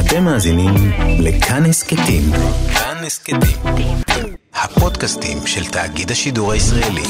אתם מאזינים לכאן הסכתים. כאן הסכתים, הפודקאסטים של תאגיד השידור הישראלי.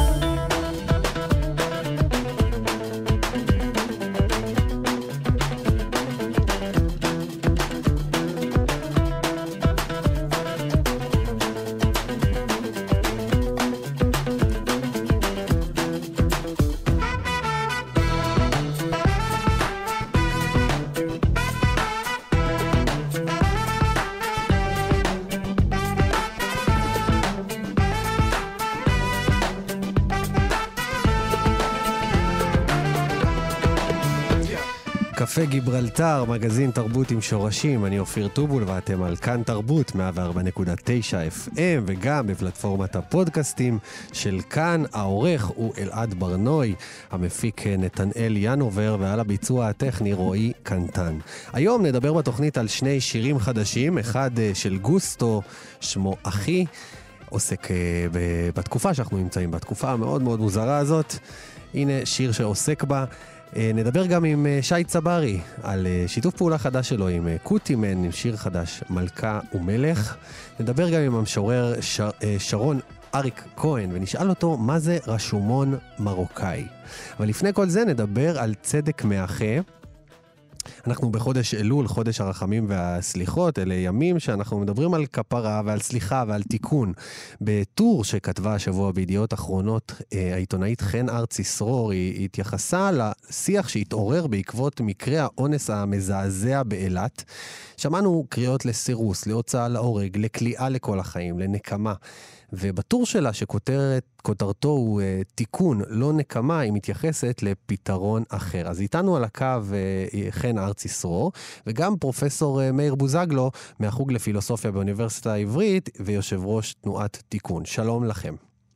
קפה גיברלטר, מגזין תרבות עם שורשים. אני אופיר טובול ואתם על כאן תרבות 104.9 FM וגם בפלטפורמת הפודקאסטים של כאן. העורך הוא אלעד ברנוי, המפיק נתנאל ינובר ועל הביצוע הטכני רועי קנטן. היום נדבר בתוכנית על שני שירים חדשים, אחד של גוסטו שמו אחי, עוסק בתקופה שאנחנו נמצאים, בתקופה המאוד מאוד מוזרה הזאת. הנה שיר שעוסק בה. נדבר גם עם שי צברי על שיתוף פעולה חדש שלו עם קוטימן, עם שיר חדש מלכה ומלך. נדבר גם עם המשורר שרון אריק כהן ונשאל אותו מה זה רשומון מרוקאי. אבל לפני כל זה נדבר על צדק מאחה. אנחנו בחודש אלול, חודש הרחמים והסליחות, אלה ימים שאנחנו מדברים על כפרה ועל סליחה ועל תיקון. בטור שכתבה השבוע בידיעות אחרונות, העיתונאית חן ארצי סרור, היא התייחסה לשיח שהתעורר בעקבות מקרה האונס המזעזע באילת. שמענו קריאות לסירוס, להוצאה להורג, לקליעה לכל החיים, לנקמה. ובטור שלה שכותרתו הוא תיקון, לא נקמה, היא מתייחסת לפתרון אחר. אז איתנו על הקו חן ארצי סרור, וגם פרופסור מאיר בוזגלו מהחוג לפילוסופיה באוניברסיטה העברית, ויושב ראש תנועת תיקון. שלום לכם.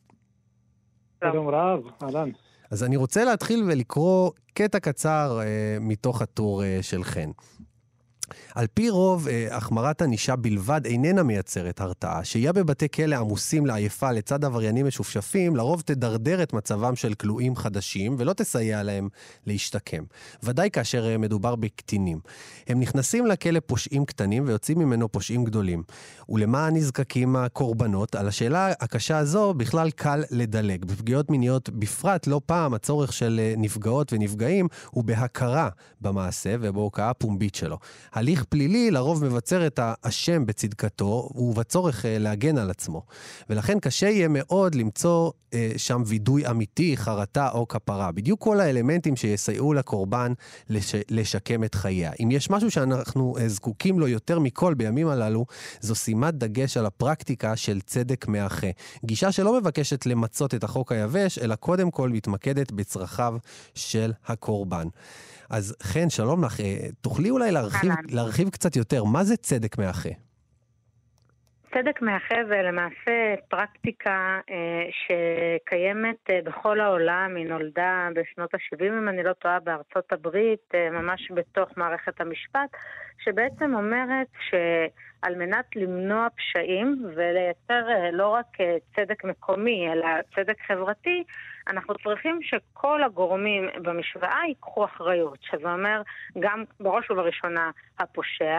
שלום רב, אהלן. אז אני רוצה להתחיל ולקרוא קטע קצר מתוך הטור של חן. על פי רוב, החמרת ענישה בלבד איננה מייצרת הרתעה. שהייה בבתי כלא עמוסים לעייפה לצד עבריינים משופשפים, לרוב תדרדר את מצבם של כלואים חדשים, ולא תסייע להם להשתקם. ודאי כאשר מדובר בקטינים. הם נכנסים לכלא פושעים קטנים, ויוצאים ממנו פושעים גדולים. ולמה נזקקים הקורבנות? על השאלה הקשה הזו בכלל קל לדלג. בפגיעות מיניות בפרט, לא פעם הצורך של נפגעות ונפגעים הוא בהכרה במעשה, ובהוקעה פומבית שלו. הליך פלילי לרוב מבצר את האשם בצדקתו, ובצורך להגן על עצמו. ולכן קשה יהיה מאוד למצוא שם וידוי אמיתי, חרטה או כפרה. בדיוק כל האלמנטים שיסייעו לקורבן לשקם את חייה. אם יש משהו שאנחנו זקוקים לו יותר מכל בימים הללו, זו שימת דגש על הפרקטיקה של צדק מאחה. גישה שלא מבקשת למצות את החוק היבש, אלא קודם כל מתמקדת בצרכיו של הקורבן. אז חן, שלום לך. תוכלי אולי להרחיב קצת יותר. מה זה צדק מאחה? צדק מאחה זה למעשה פרקטיקה שקיימת בכל העולם. היא נולדה בשנות ה-70, אם אני לא טועה, בארצות הברית, ממש בתוך מערכת המשפט, שבעצם אומרת שעל מנת למנוע פשעים ולייצר לא רק צדק מקומי, אלא צדק חברתי, אנחנו צריכים שכל הגורמים במשוואה ייקחו אחריות, שזה אומר גם בראש ובראשונה הפושע,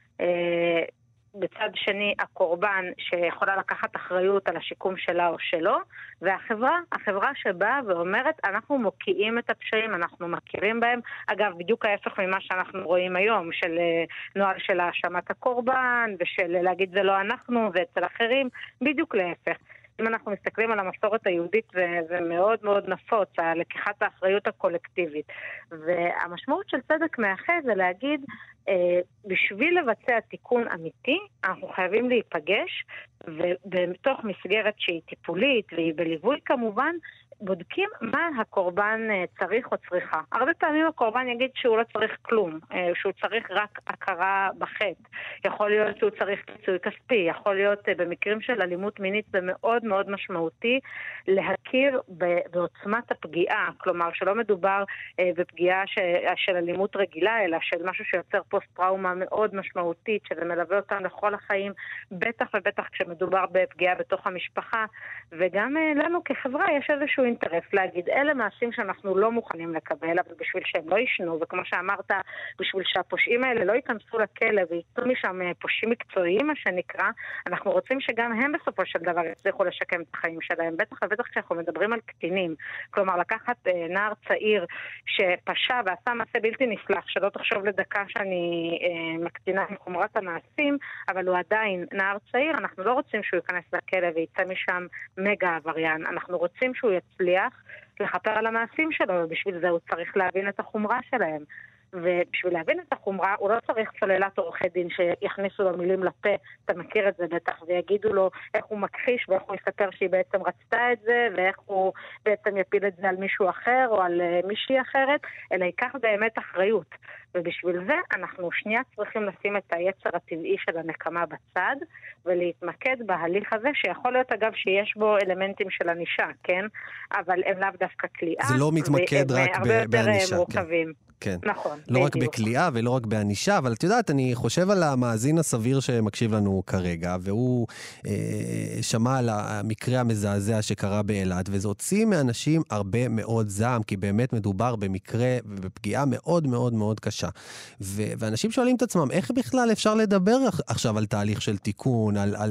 בצד שני הקורבן שיכולה לקחת אחריות על השיקום שלה או שלו, והחברה שבאה ואומרת אנחנו מוקיעים את הפשעים, אנחנו מכירים בהם. אגב, בדיוק ההפך ממה שאנחנו רואים היום, של נוער של האשמת הקורבן ושל להגיד זה לא אנחנו ואצל אחרים, בדיוק להפך. אם אנחנו מסתכלים על המסורת היהודית, זה מאוד מאוד נפוץ, לקיחת האחריות הקולקטיבית. והמשמעות של צדק מאחה זה להגיד, בשביל לבצע תיקון אמיתי, אנחנו חייבים להיפגש, ובתוך מסגרת שהיא טיפולית, והיא בליווי כמובן, בודקים מה הקורבן צריך או צריכה. הרבה פעמים הקורבן יגיד שהוא לא צריך כלום, שהוא צריך רק הכרה בחטא. יכול להיות שהוא צריך פיצוי כספי, יכול להיות במקרים של אלימות מינית זה מאוד מאוד משמעותי להכיר בעוצמת הפגיעה, כלומר שלא מדובר בפגיעה של אלימות רגילה, אלא של משהו שיוצר פוסט-טראומה מאוד משמעותית, שזה מלווה אותם לכל החיים, בטח ובטח כשמדובר בפגיעה בתוך המשפחה, וגם לנו כחברה יש איזשהו אינטרס להגיד, אלה מעשים שאנחנו לא מוכנים לקבל, אבל בשביל שהם לא ישנו, וכמו שאמרת, בשביל שהפושעים האלה לא ייכנסו לכלא ויצאו משם פושעים מקצועיים, מה שנקרא, אנחנו רוצים שגם הם בסופו של דבר יצליחו לשקם את החיים שלהם, בטח ובטח כשאנחנו מדברים על קטינים, כלומר לקחת נער צעיר שפשע ועשה מעשה בלתי נסלח, שלא תחשוב לדקה שאני מקטינה מחומרת המעשים, אבל הוא עדיין נער צעיר, אנחנו לא רוצים שהוא ייכנס לכלא ויצא משם מגה עבריין, אנחנו רוצים שהוא יצליח לחפר על המעשים שלו, ובשביל זה הוא צריך להבין את החומרה שלהם. ובשביל להבין את החומרה, הוא לא צריך צוללת עורכי דין שיכניסו לו מילים לפה, אתה מכיר את זה בטח, ויגידו לו איך הוא מכחיש ואיך הוא יספר שהיא בעצם רצתה את זה, ואיך הוא בעצם יפיל את זה על מישהו אחר או על מישהי אחרת, אלא ייקח באמת אחריות. ובשביל זה אנחנו שנייה צריכים לשים את היצר הטבעי של הנקמה בצד, ולהתמקד בהליך הזה, שיכול להיות אגב שיש בו אלמנטים של אנישה, כן? אבל הם לאו דווקא כליאה. זה לא מתמקד רק באנישה, כן. כן. נכון. לא רק בכליאה ולא רק באנישה, אבל את יודעת, אני חושב על המאזין הסביר שמקשיב לנו כרגע, והוא שמע על המקרה המזעזע שקרה באילת, וזה הוציא מאנשים הרבה מאוד זעם, כי באמת מדובר במקרה ובפגיעה מאוד מאוד מאוד קשה. ואנשים שואלים את עצמם, איך בכלל אפשר לדבר עכשיו על תהליך של תיקון,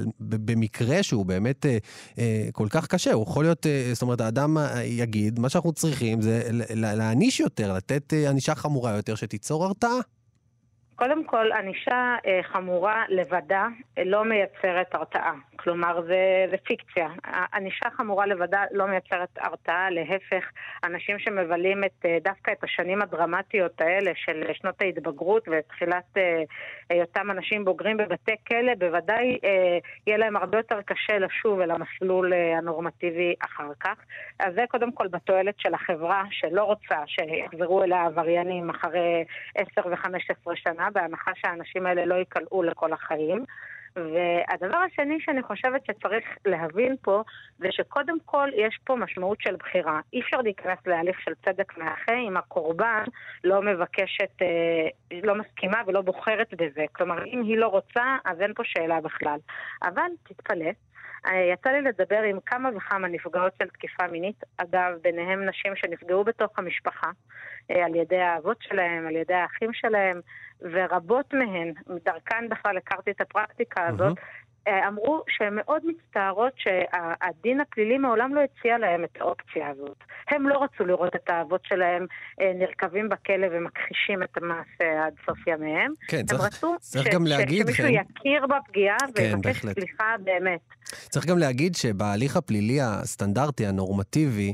במקרה שהוא באמת כל כך קשה? הוא יכול להיות, זאת אומרת, האדם יגיד, מה שאנחנו צריכים זה להעניש יותר, לתת ענישה חמורה יותר שתיצור הרתעה? קודם כל, ענישה חמורה לבדה לא מייצרת הרתעה. כלומר, זה פיקציה. ענישה חמורה לבדה לא מייצרת הרתעה, להפך, אנשים שמבלים דווקא את השנים הדרמטיות האלה של שנות ההתבגרות ותחילת אותם אנשים בוגרים בבתי כלא, בוודאי יהיה להם הרבה יותר קשה לשוב אל המסלול הנורמטיבי אחר כך. אז זה קודם כל בתועלת של החברה שלא רוצה שיחזרו אליה עבריינים אחרי 10 ו-15 שנה, בהנחה שהאנשים האלה לא יקלעו לכל החיים. והדבר השני שאני חושבת שצריך להבין פה, זה שקודם כל יש פה משמעות של בחירה. אי אפשר להיכנס להליך של צדק מאחה אם הקורבן לא מבקשת, לא מסכימה ולא בוחרת בזה. כלומר, אם היא לא רוצה, אז אין פה שאלה בכלל. אבל תתפלא, יצא לי לדבר עם כמה וכמה נפגעות של תקיפה מינית, אגב, ביניהם נשים שנפגעו בתוך המשפחה, על ידי האבות שלהם, על ידי האחים שלהם, ורבות מהן, מדרכן בכלל הכרתי את הפרקטיקה הזאת, אמרו שהן מאוד מצטערות שהדין הפלילי מעולם לא הציע להם את האופציה הזאת. הם לא רצו לראות את האבות שלהם נרכבים בכלא ומכחישים את המעשה עד סוף ימיהם. כן, הם רצו שמישהו יכיר בפגיעה ויבקש סליחה באמת. צריך גם להגיד שבהליך הפלילי הסטנדרטי, הנורמטיבי,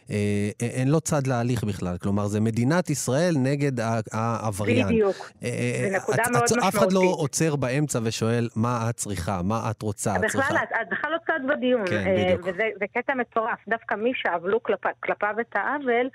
אין לו צד להליך בכלל. כלומר, זה מדינת ישראל נגד העבריין. בדיוק. זה נקודה מאוד משמעותית. אף אחד לא עוצר באמצע ושואל מה את צריכה, מה את רוצה. בכלל, את בכלל לא צד בדיון. כן, בדיוק. וזה קטע מטורף. דווקא מי שעבלו כלפיו את העוול,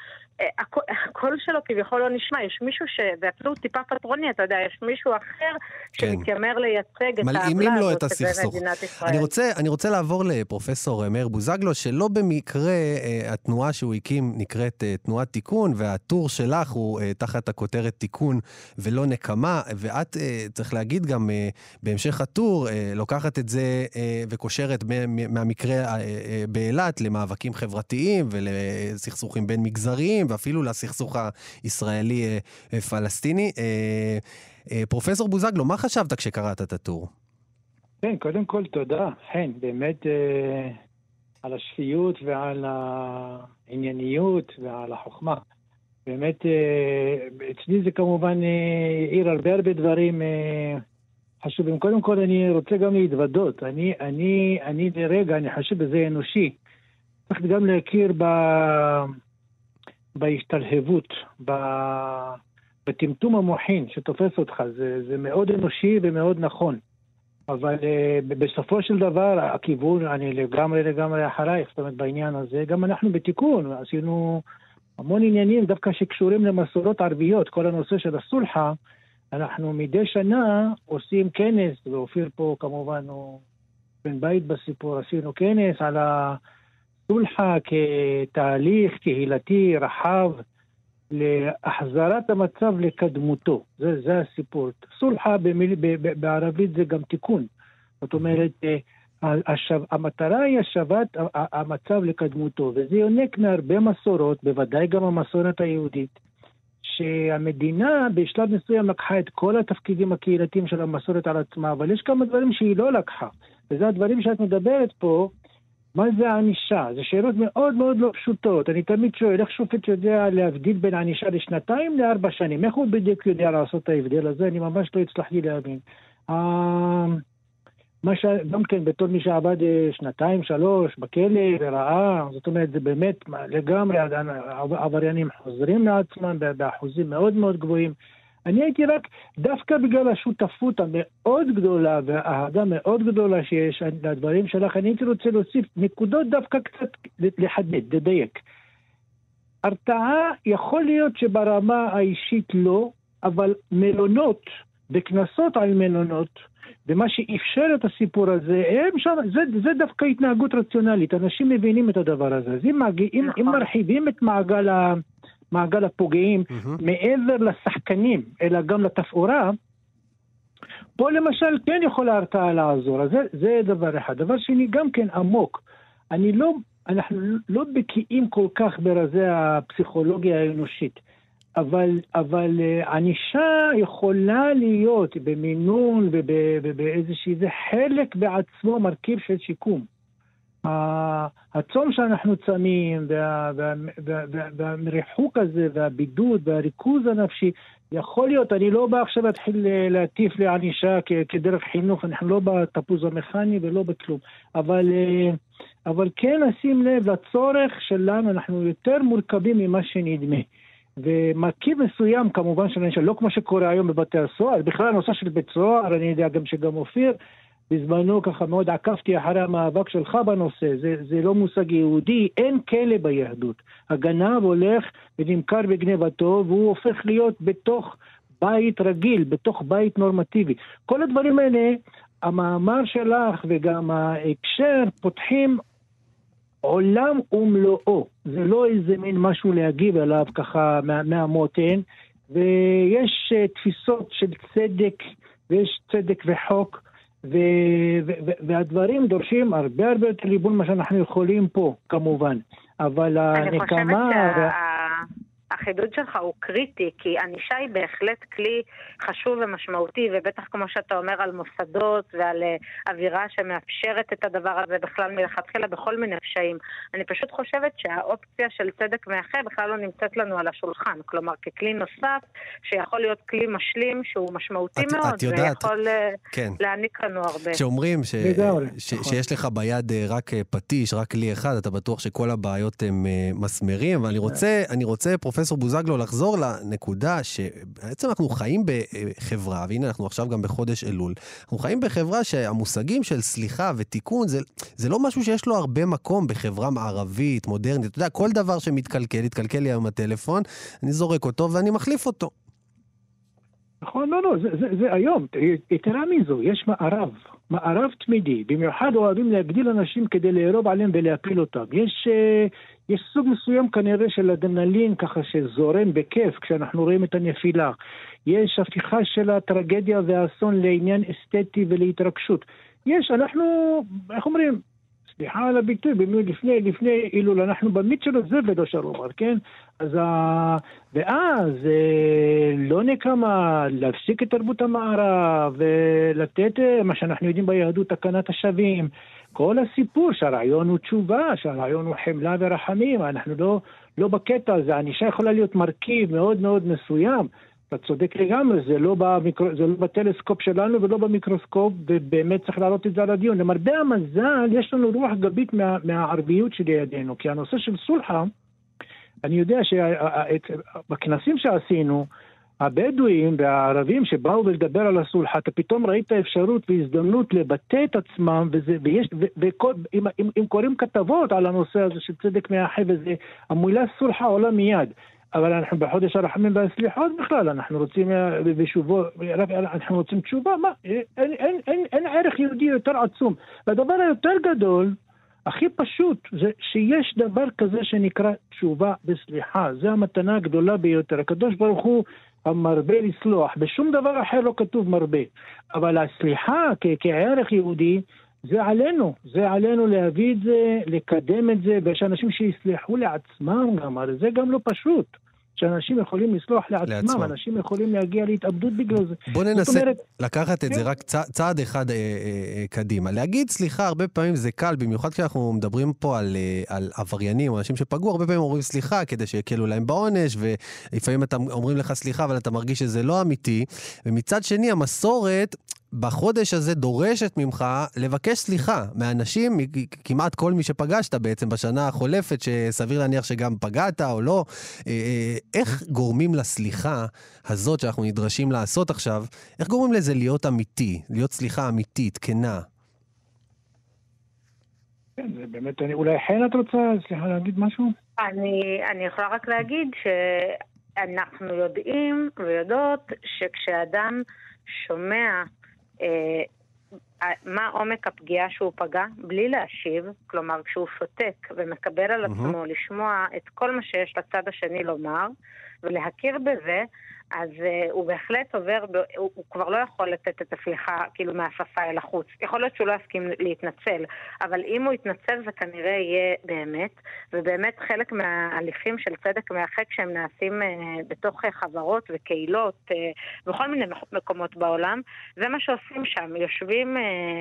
הקול שלו כביכול לא נשמע. יש מישהו ואפילו טיפה פטרוני, אתה יודע, יש מישהו אחר שמתיימר לייצג את העוולה הזאת שזה מדינת ישראל. אני רוצה לעבור לפרופסור מאיר בוזגלו, שלא במקרה התנועה שהוא הקים נקראת תנועת תיקון, והטור שלך הוא תחת הכותרת תיקון ולא נקמה, ואת צריך להגיד גם בהמשך הטור, לוקחת את זה וקושרת מהמקרה באילת למאבקים חברתיים ולסכסוכים בין מגזריים, ואפילו לסכסוך הישראלי-פלסטיני. פרופסור בוזגלו, מה חשבת כשקראת את הטור? כן, קודם כל תודה. כן, באמת על השפיות ועל הענייניות ועל החוכמה. באמת, אצלי זה כמובן העיר הרבה דברים חשובים. קודם כל אני רוצה גם להתוודות. אני לרגע, אני חושב בזה אנושי. צריך גם להכיר בהשתלהבות, בטמטום המוחין שתופס אותך. זה מאוד אנושי ומאוד נכון. אבל בסופו של דבר, הכיוון, אני לגמרי אחרייך, זאת אומרת, בעניין הזה, גם אנחנו בתיקון, עשינו המון עניינים, דווקא שקשורים למסורות ערביות, כל הנושא של הסולחה, אנחנו מדי שנה עושים כנס, ואופיר פה כמובן הוא בן בית בסיפור, עשינו כנס על סולחה כתהליך קהילתי רחב להחזרת המצב לקדמותו. זה הסיפור. סולחה בערבית זה גם תיקון. זאת אומרת, המטרה היא השבת המצב לקדמותו, וזה יונק מהרבה מסורות, בוודאי גם המסורת היהודית, שהמדינה בשלב מסוים לקחה את כל התפקידים הקהילתיים של המסורת על עצמה, אבל יש כמה דברים שהיא לא לקחה, וזה הדברים שאת מדברת פה. מה זה הענישה? זה שאלות מאוד מאוד לא פשוטות. אני תמיד שואל, איך שופט יודע להבדיל בין הענישה לשנתיים ל4 שנים? איך הוא בדיוק יודע לעשות את ההבדל הזה? אני ממש לא הצלחתי להבין. גם כן, בתור מי שעבד 2-3 בכלא וראה, זאת אומרת, זה באמת לגמרי, עבריינים חוזרים לעצמם באחוזים מאוד מאוד גבוהים. אני הייתי רק, דווקא בגלל השותפות המאוד גדולה והאהדה מאוד גדולה שיש לדברים שלך, אני הייתי רוצה להוסיף נקודות דווקא קצת לחדד, לדייק. הרתעה יכול להיות שברמה האישית לא, אבל מלונות, בכנסות על מלונות, ומה שאפשר את הסיפור הזה, זה דווקא התנהגות רציונלית, אנשים מבינים את הדבר הזה. אז אם מרחיבים את מעגל הפוגעים מעבר לשחקנים, אלא גם לתפאורה, פה למשל כן יכול ההרתעה לעזור. אז זה דבר אחד. דבר שני, גם כן עמוק. אנחנו לא בקיאים כל כך ברזי הפסיכולוגיה האנושית, אבל ענישה יכולה להיות במינון ובאיזושהי, זה חלק בעצמו מרכיב של שיקום. הצום שאנחנו צמים והריחוק הזה והבידוד והריכוז הנפשי, יכול להיות, אני לא בא עכשיו להתחיל להטיף לענישה כדרך חינוך, אנחנו לא בתפוז המכני ולא בכלום, אבל כן נשים לב לצורך שלנו, אנחנו יותר מורכבים ממה שנדמה. ומרכיב מסוים כמובן של ענישה, לא כמו שקורה היום בבתי הסוהר, בכלל הנושא של בית סוהר, אני יודע גם שגם אופיר, בזמנו ככה מאוד עקבתי אחרי המאבק שלך בנושא, זה לא מושג יהודי, אין כלא ביהדות. הגנב הולך ונמכר בגנבתו, והוא הופך להיות בתוך בית רגיל, בתוך בית נורמטיבי. כל הדברים האלה, המאמר שלך וגם ההקשר פותחים עולם ומלואו. זה לא איזה מין משהו להגיב עליו ככה מהמותן, ויש תפיסות של צדק, ויש צדק וחוק, והדברים דורשים הרבה יותר ליבון מה שאנחנו יכולים פה, כמובן. אבל הנקמה... החידוד שלך הוא קריטי, כי ענישה היא בהחלט כלי חשוב ומשמעותי, ובטח כמו שאתה אומר על מוסדות ועל אווירה שמאפשרת את הדבר הזה בכלל מלכתחילה בכל מיני פשעים. אני פשוט חושבת שהאופציה של צדק מאחה בכלל לא נמצאת לנו על השולחן, כלומר ככלי נוסף שיכול להיות כלי משלים שהוא משמעותי מאוד, ויכול להעניק לנו הרבה. כשאומרים שיש לך ביד רק פטיש, רק כלי אחד, אתה בטוח שכל הבעיות הם מסמרים, ואני רוצה פרופסור בוזגלו לחזור לנקודה שבעצם אנחנו חיים בחברה, והנה אנחנו עכשיו גם בחודש אלול, אנחנו חיים בחברה שהמושגים של סליחה ותיקון, זה לא משהו שיש לו הרבה מקום בחברה מערבית, מודרנית. אתה יודע, כל דבר שמתקלקל, יתקלקל לי היום הטלפון, אני זורק אותו ואני מחליף אותו. נכון, לא, זה היום. יתרה מזו, יש מערב תמידי. במיוחד אוהבים להגדיל אנשים כדי להירוב עליהם ולהפיל אותם. יש סוג מסוים כנראה של אדרנלין ככה שזורם בכיף כשאנחנו רואים את הנפילה. יש הפיכה של הטרגדיה והאסון לעניין אסתטי ולהתרגשות. אנחנו, איך אומרים, סליחה על הביטוי, לפני אילול, אנחנו במיט שלו זה ולא אומר, כן? ואז לא נקמה להפסיק את תרבות המערב ולתת מה שאנחנו יודעים ביהדות תקנת השווים. כל הסיפור שהרעיון הוא תשובה, שהרעיון הוא חמלה ורחמים, אנחנו לא בקטע הזה. הענישה יכולה להיות מרכיב מאוד מאוד מסוים. אתה צודק לגמרי, זה לא בטלסקופ שלנו ולא במיקרוסקופ, ובאמת צריך להעלות את זה על הדיון. למרבה המזל, יש לנו רוח גבית מהערביות שלידינו, כי הנושא של סולחה, אני יודע שבכנסים שעשינו, הבדואים והערבים שבאו ולדבר על הסולחה, אתה פתאום ראית אפשרות והזדמנות לבטא את עצמם, אם קוראים כתבות על הנושא הזה של צדק מאחה וזה, המילה סולחה עולה מיד. אבל אנחנו בחודש הרחמים והסליחות בכלל, אנחנו רוצים בשובו, אנחנו רוצים תשובה, מה? אין ערך יהודי יותר עצום. והדבר היותר גדול, הכי פשוט זה שיש דבר כזה שנקרא תשובה וסליחה. זה המתנה הגדולה ביותר. הקדוש ברוך הוא המרבה לסלוח. בשום דבר אחר לא כתוב מרבה. אבל הסליחה כערך יהודי, זה עלינו. זה עלינו להביא את זה, לקדם את זה, ויש אנשים שיסלחו לעצמם גם. הרי זה גם לא פשוט. שאנשים יכולים לסלוח לעצמם, אנשים יכולים להגיע להתאבדות בגלל זה. בוא ננסה לקחת את זה רק צעד אחד קדימה. להגיד סליחה הרבה פעמים זה קל, במיוחד כשאנחנו מדברים פה על עבריינים, או אנשים שפגעו, הרבה פעמים אומרים סליחה, כדי שיקלו להם בעונש, ולפעמים אתם אומרים לך סליחה, אבל אתה מרגיש שזה לא אמיתי. ומצד שני, המסורת בחודש הזה דורשת ממך לבקש סליחה מאנשים, כמעט כל מי שפגשת בעצם בשנה החולפת, שסביר להניח שגם פגעת או לא. איך גורמים לסליחה הזאת שאנחנו נדרשים לעשות עכשיו, איך גורמים לזה להיות אמיתי, להיות סליחה אמיתית, כנה? כן, זה באמת, אולי חן את רוצה, סליחה, להגיד משהו? אני יכולה רק להגיד שאנחנו יודעים ויודעות שכשאדם שומע מה עומק הפגיעה שהוא פגע, בלי להשיב, כלומר כשהוא שותק ומקבל על עצמו לשמוע את כל מה שיש לצד השני לומר, ולהכיר בזה, אז הוא בהחלט עובר, הוא כבר לא יכול לתת את הסליחה כאילו מהשפה אל החוץ. יכול להיות שהוא לא יסכים להתנצל, אבל אם הוא יתנצל זה כנראה יהיה באמת, ובאמת חלק מההליכים של צדק מאחד כשהם נעשים בתוך חברות וקהילות, בכל מיני מקומות בעולם, זה מה שעושים שם, יושבים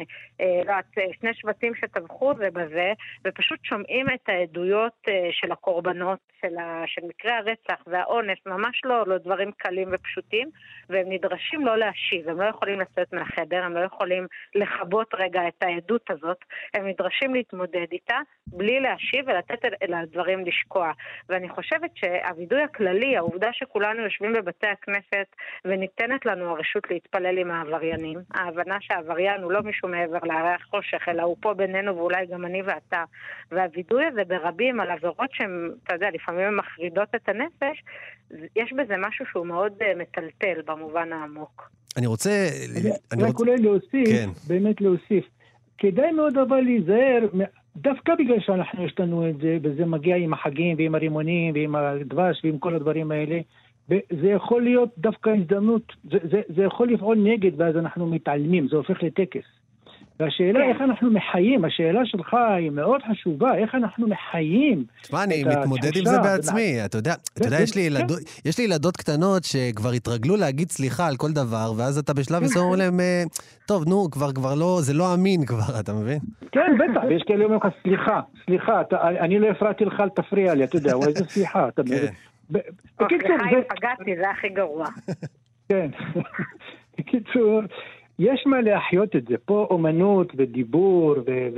שני שבטים שטבחו זה בזה, ופשוט שומעים את העדויות של הקורבנות, של מקרי הרצח והאונס, ממש לא דברים קלים ופשוטים, והם נדרשים לא להשיב, הם לא יכולים לצאת מהחדר, הם לא יכולים לחבות רגע את העדות הזאת, הם נדרשים להתמודד איתה, בלי להשיב ולתת אל הדברים לשקוע. ואני חושבת שהווידוי הכללי, העובדה שכולנו יושבים בבתי הכנסת, וניתנת לנו הרשות להתפלל עם העבריינים, ההבנה שהעבריין הוא לא מישהו מעבר להריח חושך, אלא הוא פה בינינו ואולי גם אני ואתה, והווידוי הזה ברבים על עבירות שהן, אתה יודע, לפעמים הן מחרידות את הנפש, יש בזה משהו שהוא מאוד מטלטל במובן העמוק. אני רוצה... רק אולי להוסיף, באמת להוסיף. כדאי מאוד אבל להיזהר, דווקא בגלל שאנחנו יש לנו את זה, וזה מגיע עם החגים ועם הרימונים ועם הדבש ועם כל הדברים האלה, זה יכול להיות דווקא הזדמנות, זה יכול לפעול נגד ואז אנחנו מתעלמים, זה הופך לטקס. והשאלה איך אנחנו מחיים, השאלה שלך היא מאוד חשובה, איך אנחנו מחיים. תשמע, אני מתמודד עם זה בעצמי, אתה יודע, יש לי ילדות קטנות שכבר התרגלו להגיד סליחה על כל דבר, ואז אתה בשלב מסוים אומר להם, טוב, נו, כבר לא, זה לא אמין כבר, אתה מבין? כן, בטח, יש כאלה אומרים לך, סליחה, אני לא הפרעתי לך, אל תפריע לי, אתה יודע, או איזה סליחה, אתה מבין? סליחה, אם פגעתי, זה הכי גרוע. כן, בקיצור, יש מה להחיות את זה. פה אומנות ודיבור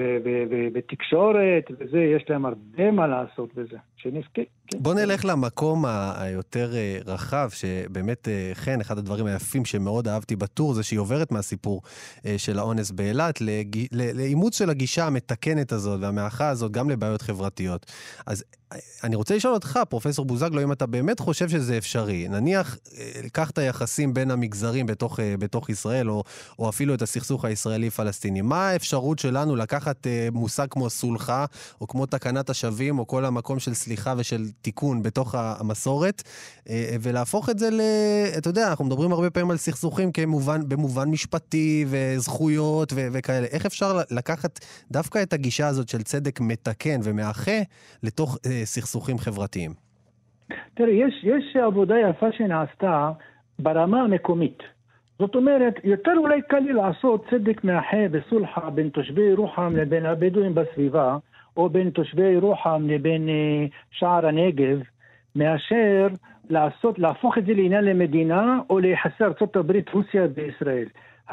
ותקשורת וזה, יש להם הרבה מה לעשות בזה. שנזכה. בוא נלך למקום היותר רחב, שבאמת, כן, אחד הדברים היפים שמאוד אהבתי בטור, זה שהיא עוברת מהסיפור של האונס באילת, לאימוץ של הגישה המתקנת הזאת, והמאחה הזאת, גם לבעיות חברתיות. אז אני רוצה לשאול אותך, פרופסור בוזגלו, אם אתה באמת חושב שזה אפשרי, נניח, קח את היחסים בין המגזרים בתוך ישראל, או אפילו את הסכסוך הישראלי-פלסטיני. מה האפשרות שלנו לקחת מושג כמו סולחה, או כמו תקנת השווים, או כל המקום של סליחה ושל תיקון בתוך המסורת, ולהפוך את זה אתה יודע, אנחנו מדברים הרבה פעמים על סכסוכים במובן משפטי וזכויות וכאלה. איך אפשר לקחת דווקא את הגישה הזאת של צדק מתקן ומאחה לתוך סכסוכים חברתיים? תראה, יש עבודה יפה שנעשתה ברמה המקומית. זאת אומרת, יותר אולי קל לי לעשות צדק מאחה וסולחה בין תושבי ירוחם לבין הבדואים בסביבה, או בין תושבי ירוחם לבין שער הנגב, מאשר להפוך את זה לעניין למדינה, או ליחסי ארצות הברית, רוסיה וישראל.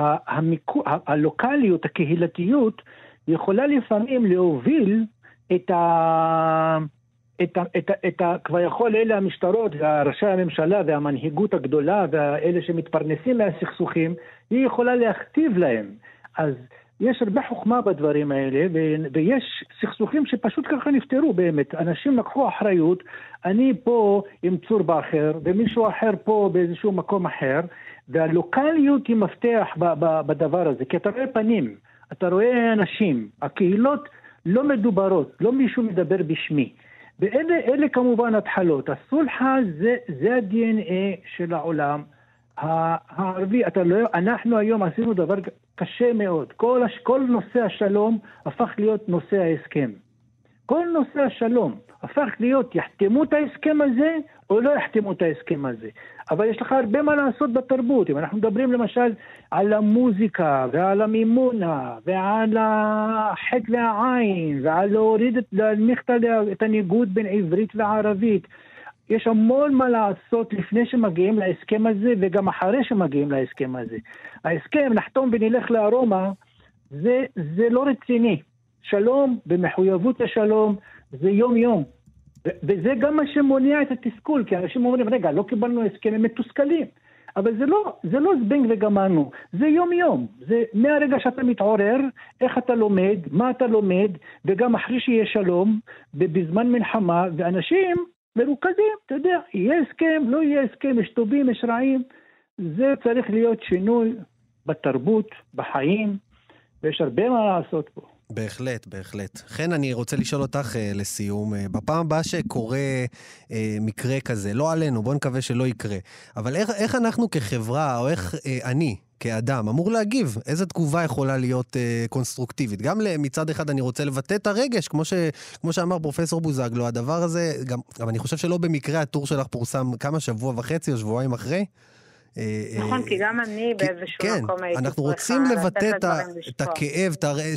הלוקליות, הקהילתיות, יכולה לפעמים להוביל כבר יכול אלה המשטרות והראשי הממשלה והמנהיגות הגדולה ואלה שמתפרנסים מהסכסוכים, היא יכולה להכתיב להם. אז יש הרבה חוכמה בדברים האלה, ויש סכסוכים שפשוט ככה נפטרו באמת. אנשים לקחו אחריות, אני פה עם צור באחר, ומישהו אחר פה באיזשהו מקום אחר, והלוקליות היא מפתח בדבר הזה, כי אתה רואה פנים, אתה רואה אנשים, הקהילות לא מדוברות, לא מישהו מדבר בשמי. ואלה כמובן התחלות. הסולחה זה ה-DNA של העולם הערבי. אנחנו היום עשינו דבר קשה מאוד. כל נושא השלום הפך להיות נושא ההסכם. כל נושא השלום הפך להיות, יחתמו את ההסכם הזה או לא יחתמו את ההסכם הזה. אבל יש לך הרבה מה לעשות בתרבות. אם אנחנו מדברים למשל על המוזיקה ועל המימונה ועל החק והעין ועל להוריד את הניגוד בין עברית וערבית, יש המון מה לעשות לפני שמגיעים להסכם הזה וגם אחרי שמגיעים להסכם הזה. ההסכם, נחתום ונלך לארומה, זה לא רציני. שלום במחויבות לשלום זה יום יום. וזה גם מה שמונע את התסכול, כי אנשים אומרים, רגע, לא קיבלנו הסכם, הם מתוסכלים. אבל זה לא זבנג וגמרנו, זה יום יום. זה מהרגע שאתה מתעורר, איך אתה לומד, מה אתה לומד, וגם אחרי שיהיה שלום, בזמן מלחמה, ואנשים מרוכזים, אתה יודע, יהיה הסכם, לא יהיה הסכם, יש טובים, יש רעים. זה צריך להיות שינוי בתרבות, בחיים, ויש הרבה מה לעשות פה. בהחלט, בהחלט. חן, אני רוצה לשאול אותך לסיום, בפעם הבאה שקורה מקרה כזה, לא עלינו, בוא נקווה שלא יקרה, אבל איך אנחנו כחברה, או איך אני כאדם אמור להגיב? איזו תגובה יכולה להיות קונסטרוקטיבית? גם מצד אחד אני רוצה לבטא את הרגש, כמו שאמר פרופסור בוזגלו, הדבר הזה, גם אני חושב שלא במקרה הטור שלך פורסם כמה שבוע וחצי או שבועיים אחרי, נכון, כי גם אני באיזשהו מקום הייתי אנחנו רוצים לבטא את הכאב,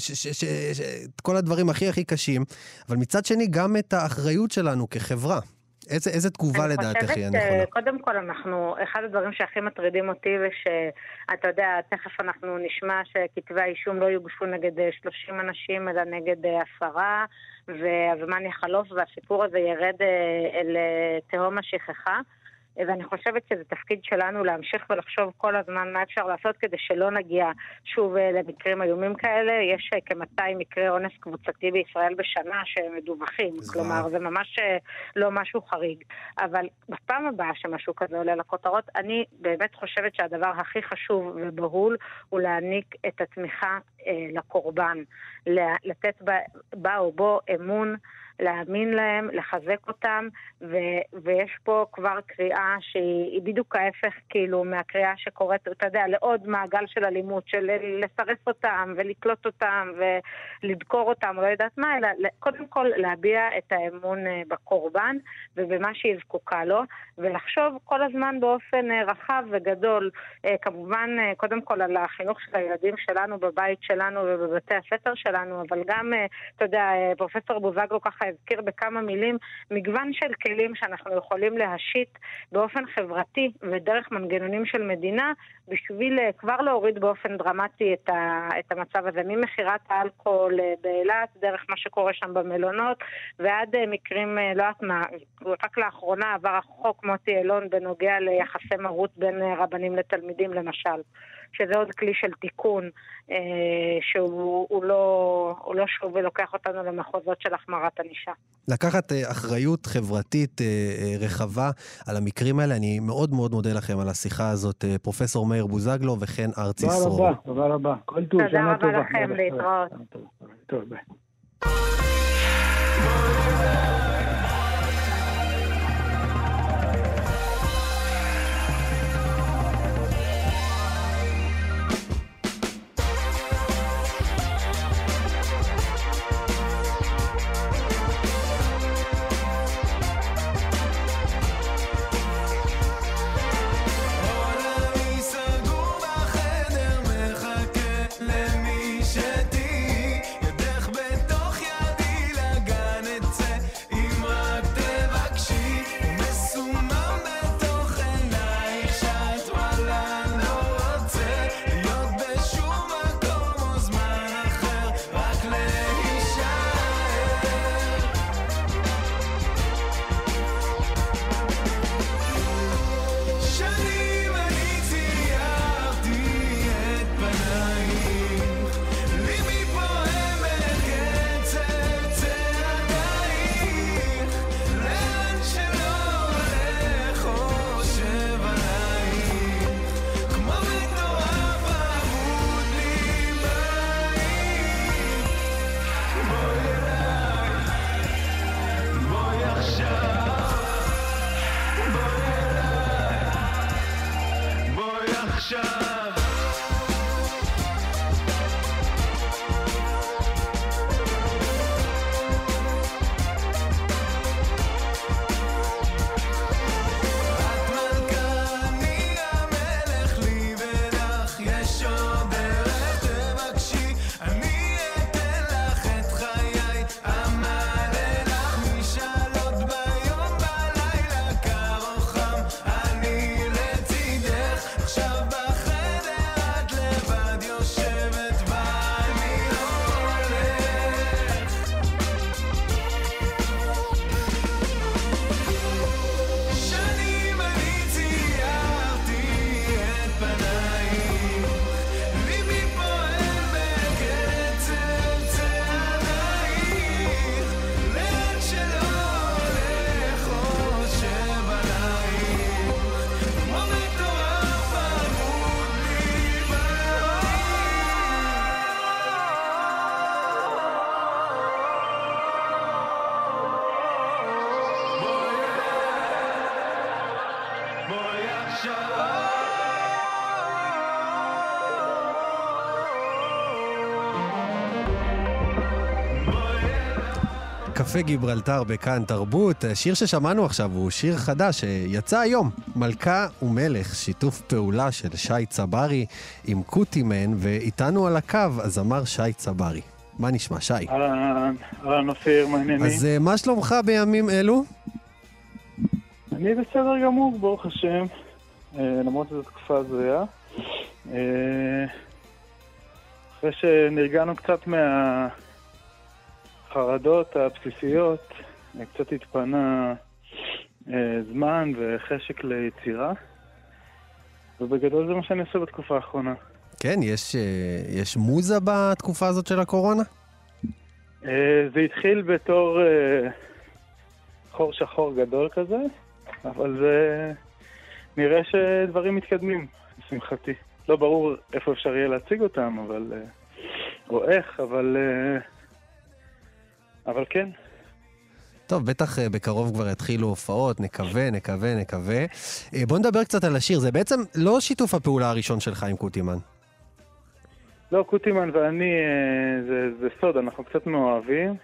את כל הדברים הכי קשים, אבל מצד שני גם את האחריות שלנו כחברה. איזה תגובה לדעתך היא הנכונה? קודם כל אחד הדברים שהכי מטרידים אותי ושאתה יודע, תכף אנחנו נשמע שכתבי האישום לא יוגשו נגד 30 אנשים אלא נגד 10 והזמן יחלוף והסיפור הזה ירד אל תהום השכחה. ואני חושבת שזה תפקיד שלנו להמשיך ולחשוב כל הזמן מה אפשר לעשות כדי שלא נגיע שוב למקרים איומים כאלה. יש כ-200 מקרי אונס קבוצתי בישראל בשנה שמדווחים, כלומר זה ממש לא משהו חריג. אבל בפעם הבאה שמשהו כזה עולה לכותרות, אני באמת חושבת שהדבר הכי חשוב ובהול הוא להעניק את התמיכה לקורבן, לתת בה או בו אמון, להאמין להם, לחזק אותם, ויש פה כבר קריאה שהיא בדיוק ההפך כאילו מהקריאה שקוראת, אתה יודע, לעוד מעגל של אלימות, של לסרס אותם ולקלוט אותם ולדקור אותם, לא יודעת מה, אלא קודם כל להביע את האמון בקורבן ובמה שהיא זקוקה לו, ולחשוב כל הזמן באופן רחב וגדול, כמובן קודם כל על החינוך של הילדים שלנו בבית שלנו ובבתי הספר שלנו, אבל גם, אתה יודע, פרופסור בוזגלו ככה הזכיר בכמה מילים, מגוון של כלים שאנחנו יכולים להשית באופן חברתי ודרך מנגנונים של מדינה, בשביל כבר להוריד באופן דרמטי את המצב הזה, ממחירת האלכוהול באילת, דרך מה שקורה שם במלונות, ועד מקרים, לא יודעת מה, רק לאחרונה עבר החוק מוטי אלון בנוגע ליחסי מרות בין רבנים לתלמידים למשל, שזה עוד כלי של תיקון, שהוא לא שוב ולוקח אותנו למחוזות של החמרת ענישה. לקחת אחריות חברתית רחבה על המקרים האלה, אני מאוד מאוד מודה לכם על השיחה הזאת, פרופסור מאיר בוזגלו וכן ארצי סרור. תודה רבה. כל טוב, שנה טובה. תודה רבה לכם, להתראות. טוב, ביי. קפה גיברלטר בכאן תרבות. השיר ששמענו עכשיו הוא שיר חדש שיצא היום, מלכה ומלך, שיתוף פעולה של שי צברי עם קוטימן, ואיתנו על הקו הזמר שי צברי. מה נשמע, שי? אהלן אופיר, מה העניינים? אז מה שלומך בימים אלו? אני בסדר גמור, ברוך השם, למרות שזו תקופה הזויה. אחרי שנרגענו קצת מהחרדות הבסיסיות, קצת התפנה זמן וחשק ליצירה, ובגדול זה מה שאני עושה בתקופה האחרונה. כן, יש מוזה בתקופה הזאת של הקורונה? זה התחיל בתור חור שחור גדול כזה, אבל זה נראה שדברים מתקדמים, לשמחתי. לא ברור איפה אפשר יהיה להציג אותם, אבל או איך, אבל כן. טוב, בטח בקרוב כבר יתחילו הופעות, נקווה. בוא נדבר קצת על השיר, זה בעצם לא שיתוף הפעולה הראשון שלך עם קוטימן. לא, קוטימן ואני, זה סוד, אנחנו קצת מאוהבים.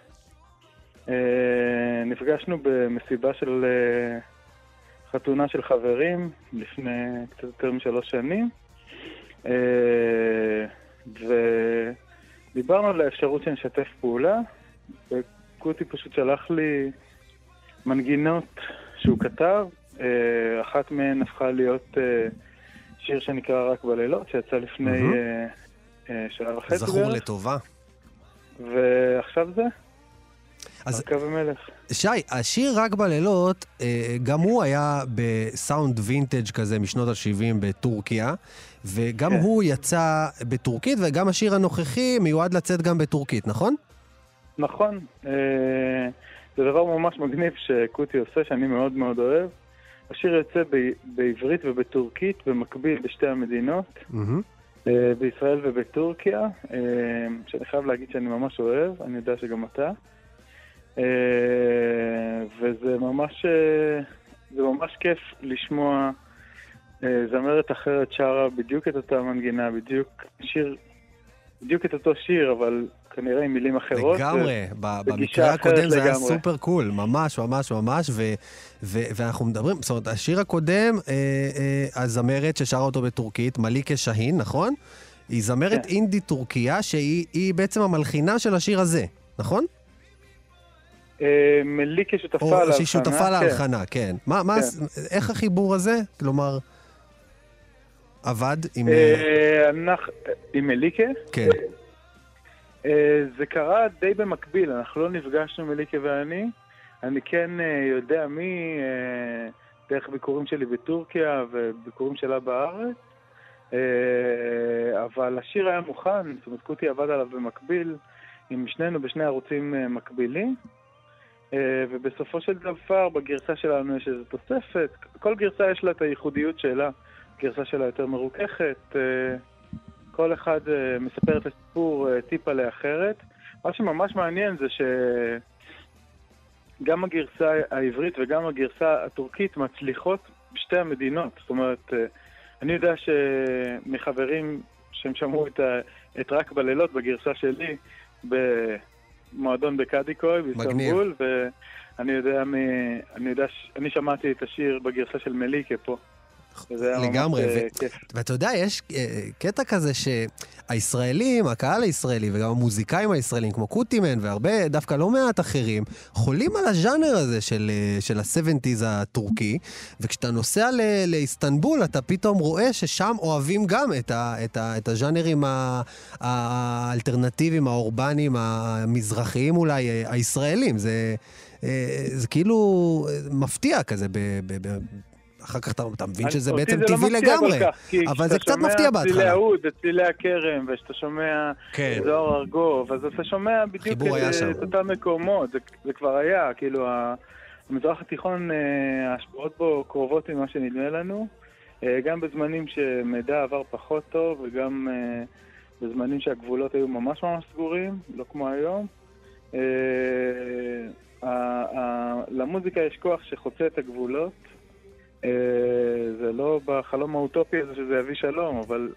נפגשנו במסיבה של חתונה של חברים לפני קצת יותר מ3 שנים. ודיברנו על האפשרות שנשתף פעולה, וקוטי פשוט שלח לי מנגינות שהוא כתב. אחת מהן הפכה להיות שיר שנקרא רק בלילות, שיצא לפני שעה וחצי. זכור לטובה. ועכשיו זה? אז מלכה ומלך. שי, השיר רק בלילות, גם הוא היה בסאונד וינטג' כזה משנות ה-70 בטורקיה, וגם הוא יצא בטורקית, וגם השיר הנוכחי מיועד לצאת גם בטורקית, נכון? נכון. זה דבר ממש מגניב שקוטי עושה, שאני מאוד מאוד אוהב. השיר יוצא בעברית ובטורקית, במקביל בשתי המדינות, בישראל ובטורקיה, שאני חייב להגיד שאני ממש אוהב, אני יודע שגם אתה. וזה ממש כיף לשמוע זמרת אחרת שרה בדיוק את אותה מנגינה, בדיוק את אותו שיר, אבל כנראה עם מילים אחרות. לגמרי, במקרה הקודם זה היה סופר קול, ממש, ואנחנו מדברים, זאת אומרת, השיר הקודם, הזמרת ששרה אותו בטורקית, מליקה שהין, נכון? היא זמרת אינדי טורקיה, שהיא בעצם המלחינה של השיר הזה, נכון? מליקה שותפה להלחנה. שהיא שותפה להלחנה, כן. איך החיבור הזה? כלומר, עבד עם... עם מליקה? כן. זה קרה די במקביל, אנחנו לא נפגשנו מליקה ואני. אני כן יודע דרך ביקורים שלי בטורקיה וביקורים שלה בארץ. אבל השיר היה מוכן, זאת אומרת, קוטי עבד עליו במקביל, עם שנינו בשני ערוצים מקבילים. ובסופו של דבר בגרסה שלנו יש איזו תוספת, כל גרסה יש לה את הייחודיות שלה, גרסה שלה יותר מרוככת, כל אחד מספר את הסיפור טיפה לאחרת. מה שממש מעניין זה שגם הגרסה העברית וגם הגרסה הטורקית מצליחות בשתי המדינות. זאת אומרת, אני יודע שמחברים שהם שמעו את רק בלילות בגרסה שלי במועדון בקדיקוי באיסטנבול, ואני שמעתי את השיר בגרסה של מליקה פה. לגמרי, ואתה יודע, יש קטע כזה שהישראלים, הקהל הישראלי וגם המוזיקאים הישראלים, כמו קוטימן והרבה, דווקא לא מעט אחרים, חולים על הז'אנר הזה של ה-70s הטורקי, וכשאתה נוסע לאיסטנבול, אתה פתאום רואה ששם אוהבים גם את הז'אנרים האלטרנטיביים, האורבניים, המזרחיים אולי, הישראלים. זה כאילו מפתיע כזה אחר כך אתה מבין שזה בעצם טבעי לגמרי, אבל זה קצת מפתיע בהתחלה. צלילי האוד, צלילי הכרם, ושאתה שומע זוהר ארגוב, אז אתה שומע בדיוק את אותם מקומות, זה כבר היה, כאילו המזרח התיכון, ההשפעות בו קרובות ממה שנדמה לנו, גם בזמנים שמידע עבר פחות טוב, וגם בזמנים שהגבולות היו ממש ממש סגורים, לא כמו היום. למוזיקה יש כוח שחוצה את הגבולות, זה לא בחלום האוטופי הזה שזה יביא שלום, אבל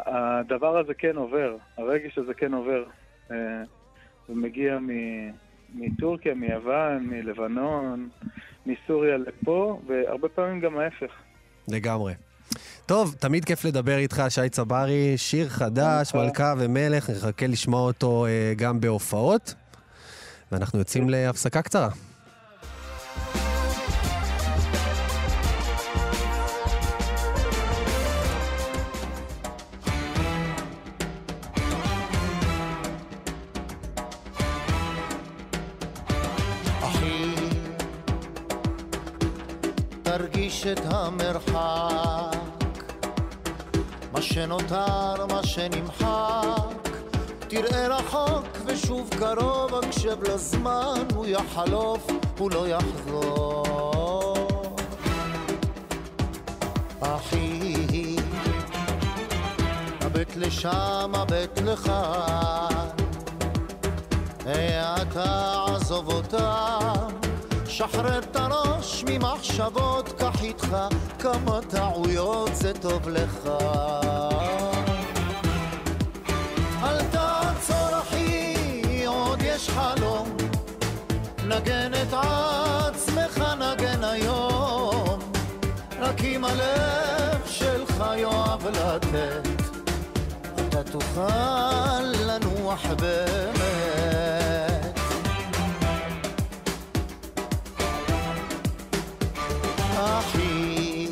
הדבר הזה כן עובר, הרגש הזה כן עובר, ומגיע מטורקיה, מיוון, מלבנון, מסוריה לפה, והרבה פעמים גם ההפך. לגמרי. טוב, תמיד כיף לדבר איתך, שי צברי, שיר חדש, מלכה ומלך, נחכה לשמוע אותו גם בהופעות, ואנחנו יוצאים להפסקה קצרה. תרגיש את המרחק, מה שנותר, מה שנמחק, תראה רחוק ושוב קרוב, הקשב לזמן, הוא יחלוף, הוא לא יחזור. אחי, הבט לשם, הבט לכאן, אתה עזוב אותם, שחרר את הראש ממחשבות, קח איתך כמה טעויות, זה טוב לך. אל תעצור אחי, עוד יש חלום, נגן את עצמך, נגן היום, רק אם הלב שלך יאהב לתת, אתה תוכל לנוח באמת. אחי,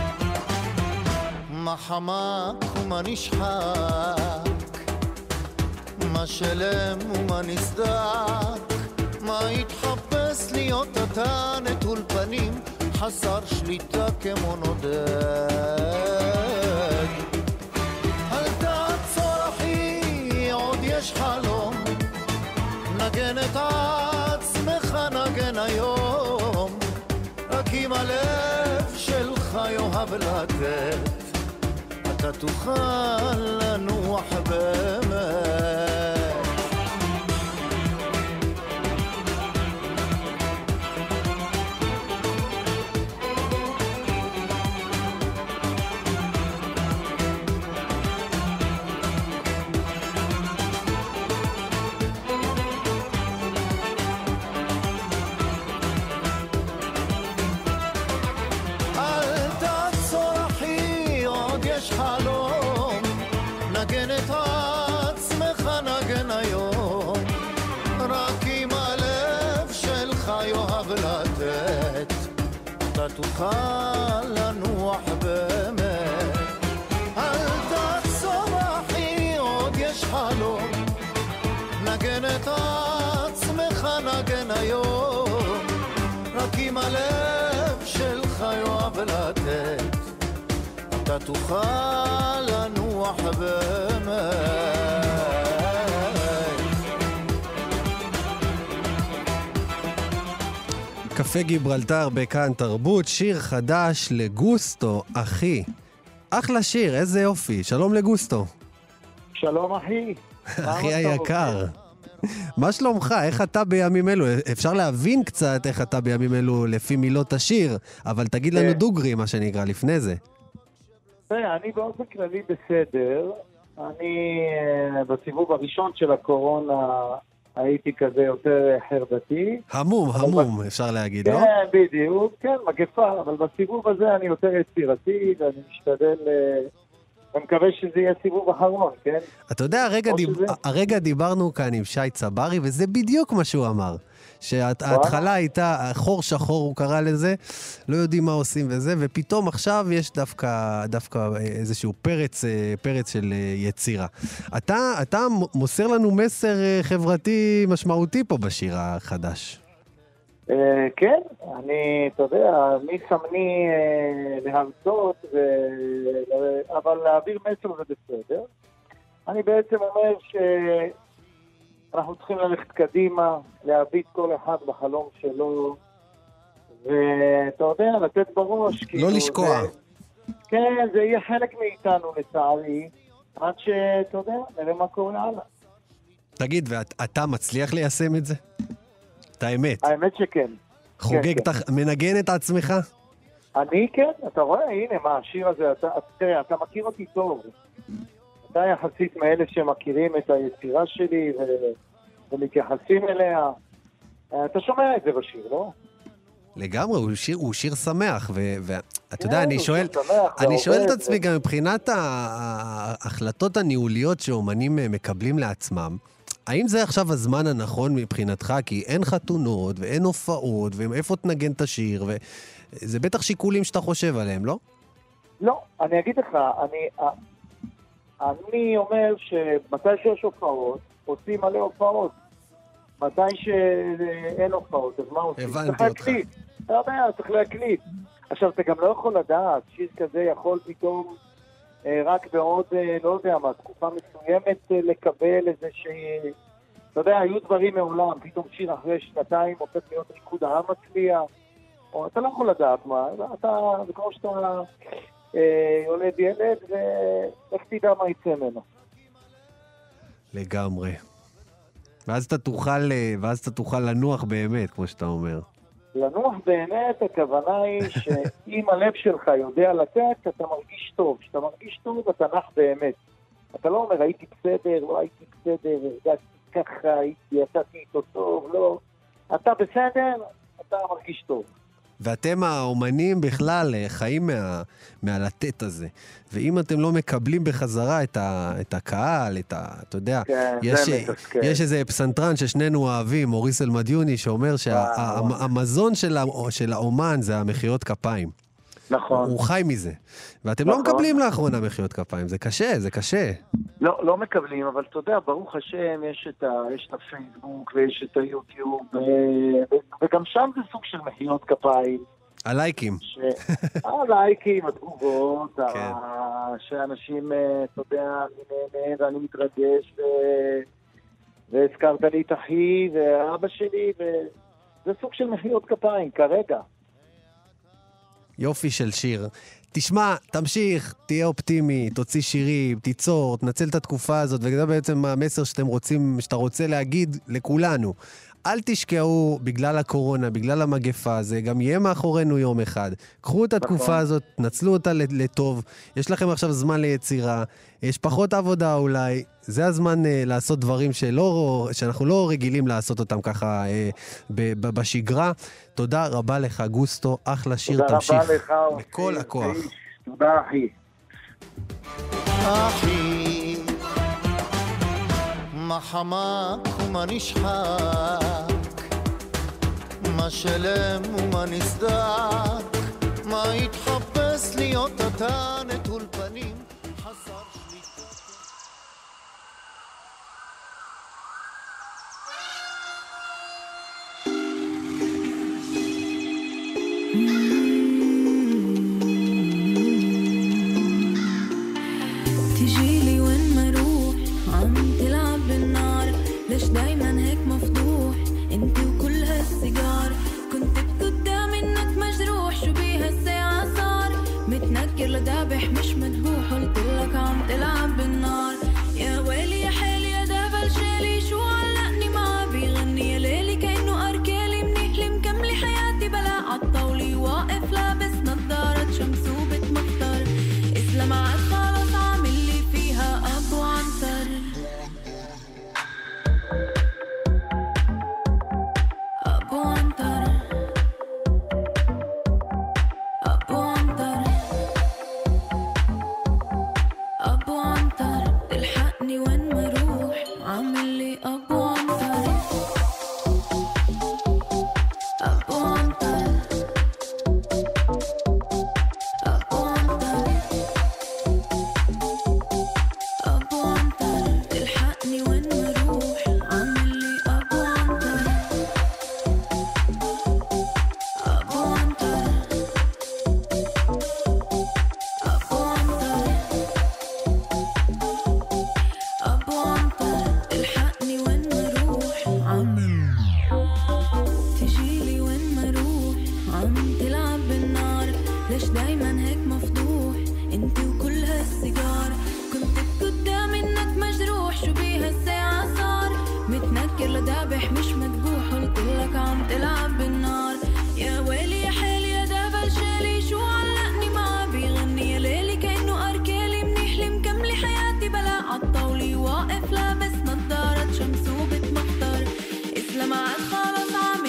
מה חמק ומה נשחק, מה שלם ומה נסדק, מה התחפש להיות אתה נטול פנים, חסר שליטה כמו נודד. אל תעצור אחי, עוד יש חלום, נגן את עצמך, נגן היום, רק אם הלב שלך יאהב לתת, אתה תוכל לנוח באמת. תוכל לנוח באמת. אל תעצור אחי, עוד יש חלום, נגן את עצמך, נגן היום, רק אם הלב שלך יאהב לתת, אתה תוכל לנוח באמת. קפה גיברלטר בכאן תרבות, שיר חדש לגוסטו, אחי. אחלה שיר, איזה יופי. שלום לגוסטו. שלום אחי. אחי היקר. מה שלומך? איך אתה בימים אלו? אפשר להבין קצת איך אתה בימים אלו לפי מילות השיר, אבל תגיד לנו דוגרי, מה שנקרא, לפני זה. אני באופן כללי בסדר. אני בסיבוב הראשון של הקורונה הייתי כזה יותר חרדתי. המום, אפשר להגיד, לא? כן, בדיוק, כן, מגפה, אבל בסיבוב הזה אני יותר יצירתי, ואני משתדל, אני מקווה שזה יהיה סיבוב אחרון, כן? אתה יודע, הרגע דיברנו כאן עם שי צברי, וזה בדיוק מה שהוא אמר. שההתחלה הייתה, חור שחור הוא קרא לזה, לא יודעים מה עושים וזה, ופתאום עכשיו יש דווקא איזשהו פרץ של יצירה. אתה מוסר לנו מסר חברתי משמעותי פה בשיר החדש. כן, אתה יודע, מי שמני להרצות, אבל להעביר מסר זה בסדר. אני בעצם אומר אנחנו צריכים ללכת קדימה, להביט כל אחד בחלום שלו, ואתה יודע, לתת בראש. לא לשקוע. כן, זה יהיה חלק מאיתנו לצערי, עד שאתה יודע, נראה מה קורה הלאה. תגיד, ואתה מצליח ליישם את זה? את האמת. האמת שכן. חוגג, מנגן את עצמך? אני כן, אתה רואה, הנה מה, השיר הזה, אתה מכיר אותי טוב. אתה יחסית מאלה שמכירים את היצירה שלי ומתייחסים אליה. אתה שומע את זה בשיר, לא? לגמרי, הוא שיר שמח, ואתה יודע, אני שואל את עצמי גם מבחינת ההחלטות הניהוליות שאומנים מקבלים לעצמם, האם זה עכשיו הזמן הנכון מבחינתך? כי אין חתונות ואין הופעות, ואיפה תנגן את השיר, וזה בטח שיקולים שאתה חושב עליהם, לא? לא, אני אגיד לך, אני אומר שמתי שיש הופעות, עושים מלא הופעות. מתי שאין הופעות, אז מה עושים? הבנתי אותך. אתה יודע, צריך להקליט. עכשיו, אתה גם לא יכול לדעת, שיר כזה יכול פתאום רק בעוד, לא יודע מה, תקופה מסוימת לקבל איזה אתה יודע, היו דברים מעולם, פתאום שיר אחרי שנתיים הופך להיות ריקוד העם מצליח, או אתה לא יכול לדעת מה, זה כמו שאתה יולד ילד, ואיך תדע מה יצא ממנו. לגמרי. ואז אתה תוכל לנוח באמת, כמו שאתה אומר. לנוח באמת, הכוונה היא שאם הלב שלך יודע לתת, אתה מרגיש טוב. כשאתה מרגיש טוב, אתה נח באמת. אתה לא אומר, הייתי בסדר, לא הייתי בסדר, הרגשתי ככה, יצאתי איתו טוב, לא. אתה בסדר, אתה מרגיש טוב. ואתם האומנים בכלל חיים מהלתת הזה. ואם אתם לא מקבלים בחזרה את הקהל, אתה יודע, יש איזה פסנתרן ששנינו אוהבים, מוריס אלמדיוני, שאומר שהמזון של האומן זה המחיאות כפיים. נכון. הוא חי מזה. ואתם לא מקבלים לאחרונה מחיאות כפיים, זה קשה, זה קשה. לא מקבלים, אבל אתה יודע, ברוך השם, יש את הפייסבוק ויש את היוטיוב, וגם שם זה סוג של מחיאות כפיים. הלייקים. הלייקים, התגובות, שאנשים, אתה יודע, אני נהנה ואני מתרגש, והזכרת לי את אחי ואבא שלי, וזה סוג של מחיאות כפיים, כרגע. יופי של שיר. תשמע, תמשיך, תהיה אופטימי, תוציא שירים, תיצור, תנצל את התקופה הזאת, וזה בעצם המסר שאתה רוצה להגיד לכולנו. אל תשקעו בגלל הקורונה, בגלל המגפה, זה גם יהיה מאחורינו יום אחד. קחו את התקופה הזאת, נצלו אותה לטוב, יש לכם עכשיו זמן ליצירה, יש פחות עבודה אולי, זה הזמן לעשות דברים שאנחנו לא רגילים לעשות אותם ככה בשגרה. תודה רבה לך, גוסטו, אחלה שיר, תמשיך בכל הכוח. תודה אחי. אחי, מה חמק ומה נשחק, מה שלם ומה נסדק, מה התחפש להיות אתה נטול פנים חסר שליטה. تجي لي وين ما اروح عم تلعب بالنار ليش دايما هيك مفضوح انت وكل هالسيجار كنت قدامي انك مجروح شو بيها الساعة صار متنكر لدابح مش مدبوح قلت لك عم تلعب بالنار يا ويلي يا حالي يا دبل شالي شو علقني معاه بيغني يا ليلي كأنه أركالي منيح لي مكملي حياتي بلا عالطاولي واقف لابس نظارة شمس وبتمختار اسلام عاد خلاص عامل لي فيها أبو عنتر أبو عنتر أبو عنتر أبو عنتر تلحقني وين ما اروح عامل لي أبو عنتر أبو عنتر أبو عنتر أبو عنتر تلحقني وين ما اروح عامل لي أبو عنتر أبو عنتر أبو عنتر أبو عنتر تلحقني وين ما اروح عامل تجيلي وين ما اروح عم تلعب بالنار ليش دايما هيك مفضوح انت وكل هالسيجار كنت قدامي انك مجروح شو بيها الساعة صار متنكر لدابح مش مدبوح قلت لك عم تلعب بالنار يا ويلي يا حالي يا دبل شالي شو علقني معاه بيغني يا ليلي كأنه أركالي منيح لي مكملي حياتي بلا عالطاولي واقف لابس نظارة شمس وبتمختار اسلام عاد خلاص عامل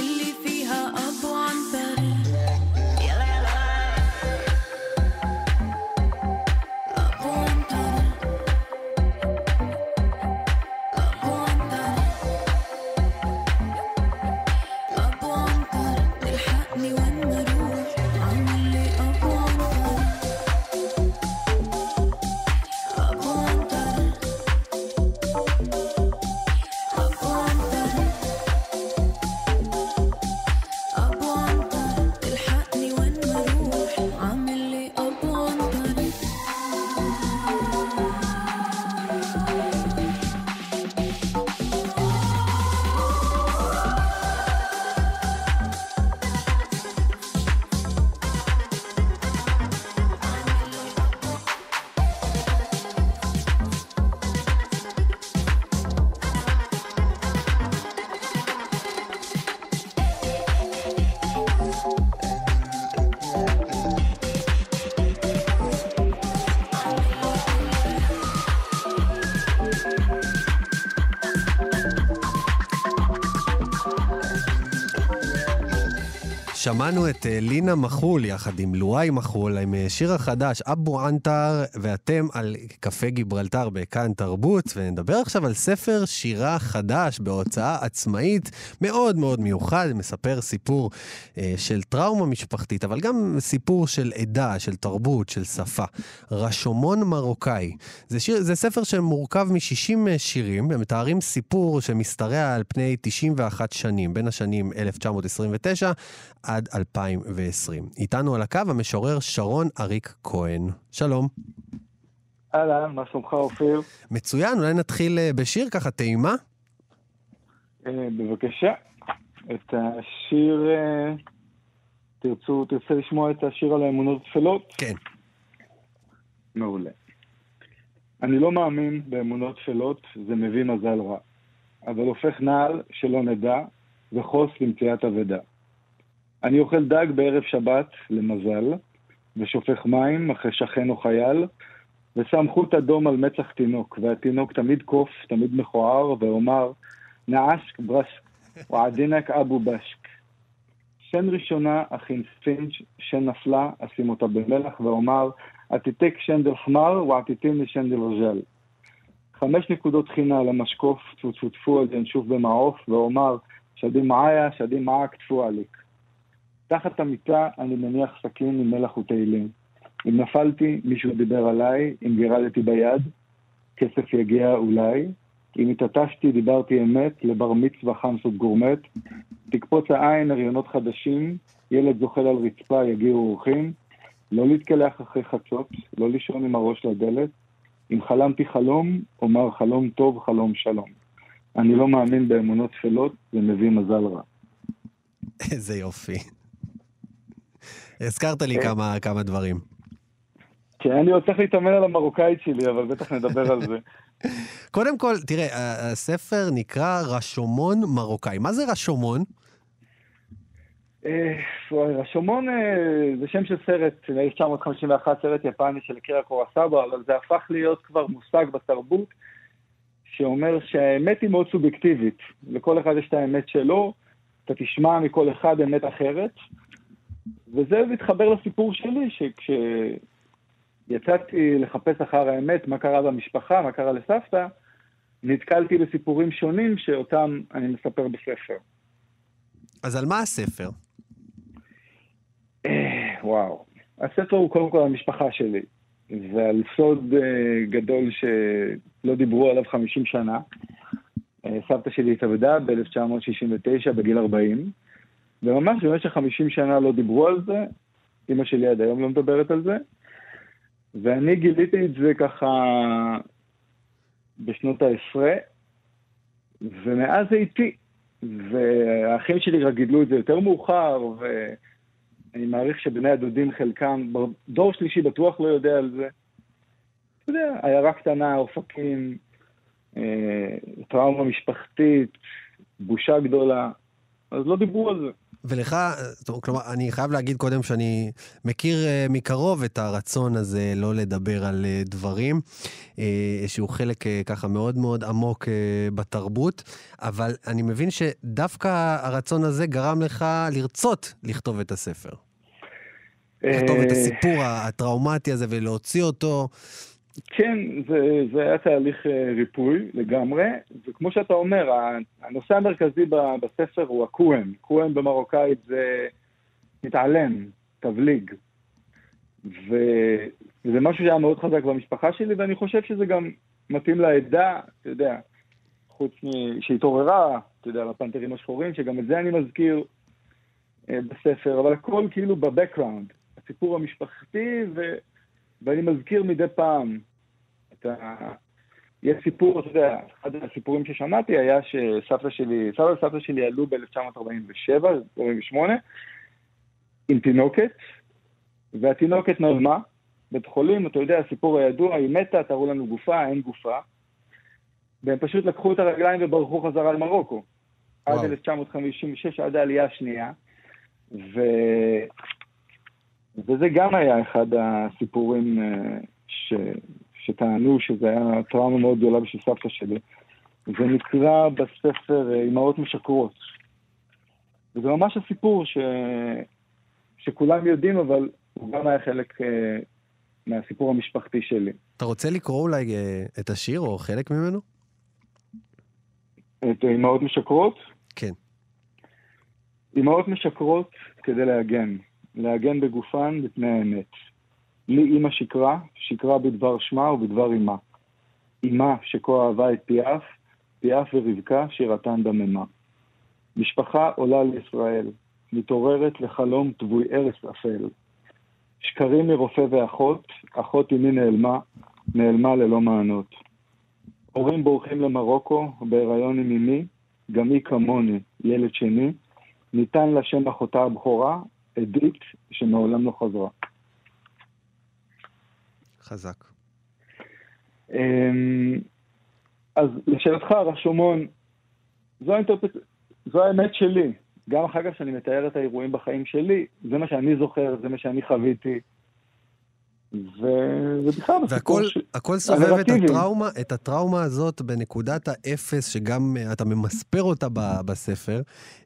שמענו את לינה מחול יחד עם לואי מחול, עם שיר החדש אבו ענטר, ואתם על קפה גיברלטר בכאן תרבות, ונדבר עכשיו על ספר שירה חדש בהוצאה עצמאית מאוד מאוד מיוחד, מספר סיפור של טראומה משפחתית, אבל גם סיפור של עדה, של תרבות, של שפה. רשומון מרוקאי. זה ספר שמורכב מ-60 שירים, ומתארים סיפור שמשתרע על פני 91 שנים, בין השנים 1929 עד 2020. איתנו על הקו המשורר שרון אריק כהן. שלום. אהלן, מה שלומך אופיר? מצוין, אולי נתחיל בשיר ככה טעימה? בבקשה. את השיר, תרצה לשמוע את השיר על האמונות תפלות? כן. מעולה. אני לא מאמין באמונות תפלות, זה מביא מזל רע. אבל הופך נעל שלא נדע, וחוס למציאת אבדה. אני אוכל דג בערב שבת, למזל, ושופך מים אחרי שכן או חייל, ושם חוט אדום על מצח תינוק, והתינוק תמיד קוף, תמיד מכוער, ואומר, נעשק ברסק, ועדינק אבו בשק. שן ראשונה, אכין ספינג', שן נפלה, אשים אותה במלח, ואומר, עתיתק שנדל חמר, ועתיתים לשנדל רג'ל. 5 נקודות חינה למשקוף, תפו על ינשוף במעוף, ואומר, שדים מעיה, שדים מעק, תפו עליק. תחת המיטה אני מניח סכין עם מלח ותהילים. אם נפלתי, מישהו דיבר עליי, אם גירדתי ביד, כסף יגיע אולי. אם התעטשתי, דיברתי אמת, לבר מצווה חמסות גורמת. תקפוץ העין, הריונות חדשים, ילד זוחל על רצפה, יגיעו אורחים. לא להתקלח אחרי חצות, לא לישון עם הראש לדלת. אם חלמתי חלום, אומר חלום טוב, חלום שלום. אני לא מאמין באמונות תפלות, זה מביא מזל רע. איזה יופי. הזכרת לי כמה דברים. כן, אני עוד צריך להתאמן על המרוקאית שלי, אבל בטח נדבר על זה. קודם כל, תראה, הספר נקרא רשומון מרוקאי. מה זה רשומון? רשומון זה שם של סרט, 1951, סרט יפני של אקירה קורוסאווה, אבל זה הפך להיות כבר מושג בתרבות, שאומר שהאמת היא מאוד סובייקטיבית. לכל אחד יש את האמת שלו, אתה תשמע מכל אחד אמת אחרת, וזה מתחבר לסיפור שלי, שכשיצאתי לחפש אחר האמת, מה קרה במשפחה, מה קרה לסבתא, נתקלתי בסיפורים שונים שאותם אני מספר בספר. אז על מה הספר? וואו. הספר הוא קודם כל המשפחה שלי, ועל סוד גדול שלא דיברו עליו 50 שנה. סבתא שלי התאבדה ב-1969 בגיל 40, וממש במשך 50 שנה לא דיברו על זה, אמא שלי עד היום לא מדברת על זה, ואני גיליתי את זה ככה בשנות ה-10, ומאז זה איתי, והאחים שלי רק גידלו את זה יותר מאוחר, ואני מעריך שבני הדודים חלקם, דור שלישי בטוח לא יודע על זה. אתה יודע, עיירה קטנה, אופקים, טראומה משפחתית, בושה גדולה, אז לא דיברו על זה. ולך, כלומר, אני חייב להגיד קודם שאני מכיר מקרוב את הרצון הזה לא לדבר על דברים, שהוא חלק ככה מאוד מאוד עמוק בתרבות, אבל אני מבין שדווקא הרצון הזה גרם לך לרצות לכתוב את הספר. לכתוב את הסיפור הטראומטי הזה ולהוציא אותו. כן, זה היה תהליך ריפוי לגמרי, וכמו שאתה אומר, הנושא המרכזי בספר הוא הקוהם. קוהם במרוקאית זה מתעלם, תבליג, וזה משהו שהיה מאוד חזק במשפחה שלי, ואני חושב שזה גם מתאים לעדה, אתה יודע, חוץ שהתעוררה, אתה יודע, לפנתרים השחורים, שגם את זה אני מזכיר בספר, אבל הכל כאילו בבקראונד, הסיפור המשפחתי, ואני מזכיר מדי פעם, יש סיפור, אתה יודע, אחד הסיפורים ששמעתי היה שסבתא שלי עלו ב-1947, 48, עם תינוקת, והתינוקת נעלמה, בית חולים, אתה יודע, הסיפור הידוע, היא מתה, תראו לנו גופה, אין גופה, והם פשוט לקחו את הרגליים וברחו חזרה למרוקו, עד 1956, עד העלייה השנייה, וזה גם היה אחד הסיפורים שטענו שזה היה טראומה מאוד גדולה בשביל סבתא שלי. זה נקרא בספר אמהות משקרות. וזה ממש הסיפור שכולם יודעים, אבל הוא גם היה חלק מהסיפור המשפחתי שלי. אתה רוצה לקרוא אולי את השיר או חלק ממנו? את אמהות משקרות? כן. אמהות משקרות כדי להגן בגופן בפני האמת. לי אמא שקרה בדבר שמה ובדבר אמא. אמא שכה אהבה את פיאף ורבקה שירתן דממה. משפחה עולה לישראל, מתעוררת לחלום טבוי ארץ אפל. שקרים מרופא ואחות, אחות אמי נעלמה ללא מענות. הורים בורחים למרוקו, בהיריון עם אמי, גם היא כמוני, ילד שני, ניתן לה שם אחותה הבכורה, עדית, שמעולם לא חזרה. חזק. אז לשאלתך, רשומון, זו האמת שלי. גם אחר כך שאני מתאר את האירועים בחיים שלי, זה מה שאני זוכר, זה מה שאני חוויתי. ובכלל בסיפור והכל סובב את הטראומה הזאת בנקודת האפס, שגם אתה ממספר אותה בספר.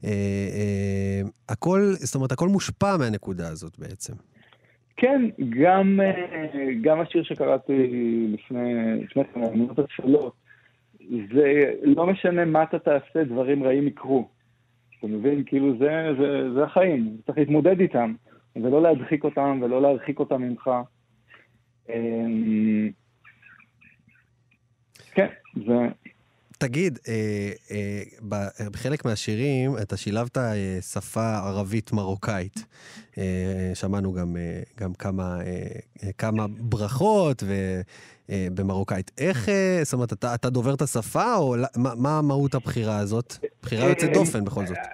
זאת אומרת, הכל מושפע מהנקודה הזאת בעצם. כן, גם השיר שקראתי לפני כמה התפילות, זה לא משנה מה אתה תעשה, דברים רעים יקרו. אתה מבין? כאילו זה החיים, צריך להתמודד איתם, ולא להדחיק אותם ולא להרחיק אותם ממך. כן, זה... תגיד, בחלק מהשירים אתה שילבת שפה ערבית מרוקאית. שמענו גם כמה ברכות במרוקאית. איך, זאת אומרת, אתה דובר את השפה, או מה מהות הבחירה הזאת? בחירה יוצאת דופן בכל זאת.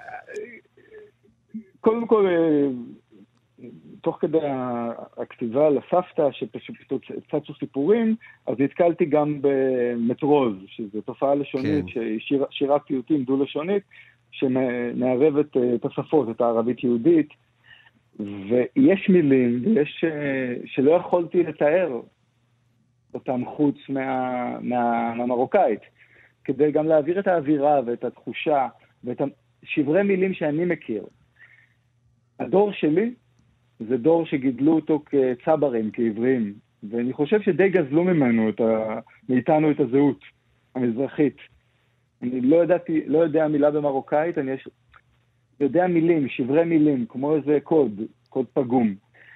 קודם כל, תוך כדי הכתיבה לסבתא, שפשוט צצו סיפורים, אז התקלתי גם במטרוז, שזו תופעה לשונית, שהיא שירת פיוטים דו-לשונית, שמערבת את השפות, את הערבית-יהודית, ויש מילים, שלא יכולתי לתאר אותם חוץ מהמרוקאית, כדי גם להעביר את האווירה ואת התחושה, ואת שברי מילים שאני מכיר. הדור שלי, זה דור שגידלו אותו כצברים, כעבריים, ואני חושב שדי גזלו מאיתנו את הזהות המזרחית. אני לא יודע מילה במרוקאית, אני יודע מילים, שברי מילים, כמו איזה קוד פגום.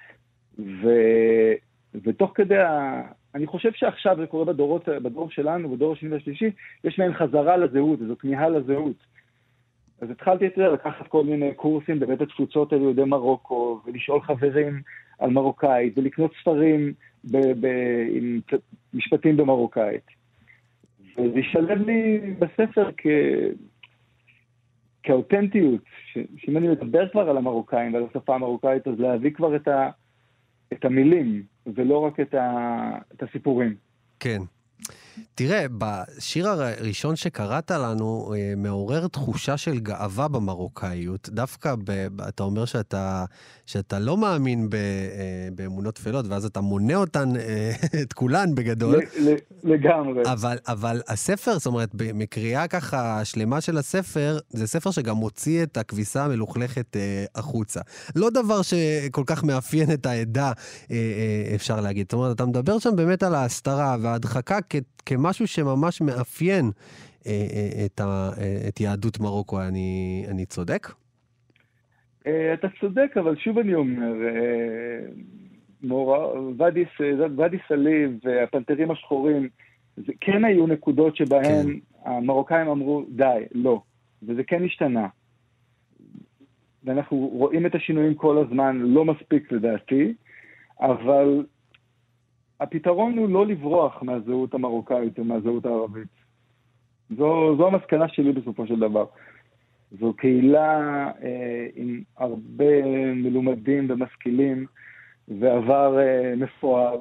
ותוך כדי, אני חושב שעכשיו זה קורה בדור שלנו, בדור השני והשלישי, יש מהם חזרה לזהות, איזו כניעה לזהות. אז התחלתי את זה, לקחת כל מיני קורסים בבית התפוצות על יהודי מרוקו, ולשאול חברים על מרוקאית, ולקנות ספרים עם משפטים במרוקאית. ולשלב לי בספר כאותנטיות, שאם אני מדבר כבר על המרוקאים ועל השפה המרוקאית, אז להביא כבר את המילים, ולא רק את הסיפורים. כן. תראה, בשיר הראשון שקראת לנו, מעורר תחושה של גאווה במרוקאיות. דווקא אתה אומר שאתה לא מאמין באמונות תפלות, ואז אתה מונה אותן, את כולן בגדול. לגמרי. אבל הספר, זאת אומרת, מקריאה ככה שלמה של הספר, זה ספר שגם מוציא את הכביסה המלוכלכת החוצה. לא דבר שכל כך מאפיין את העדה, אפשר להגיד. זאת אומרת, אתה מדבר שם באמת על ההסתרה וההדחקה כמשהו שממש מאפיין את יהדות מרוקו. אני צודק? אתה צודק, אבל שוב אני אומר, ואדי סאליב והפנתרים השחורים, כן היו נקודות שבהן המרוקאים אמרו, די, לא. וזה כן השתנה. ואנחנו רואים את השינויים כל הזמן, לא מספיק לדעתי, אבל הפתרון הוא לא לברוח מהזהות המרוקאית או מהזהות הערבית. זו המסקנה שלי בסופו של דבר. זו קהילה עם הרבה מלומדים ומשכילים, ועבר מפואר,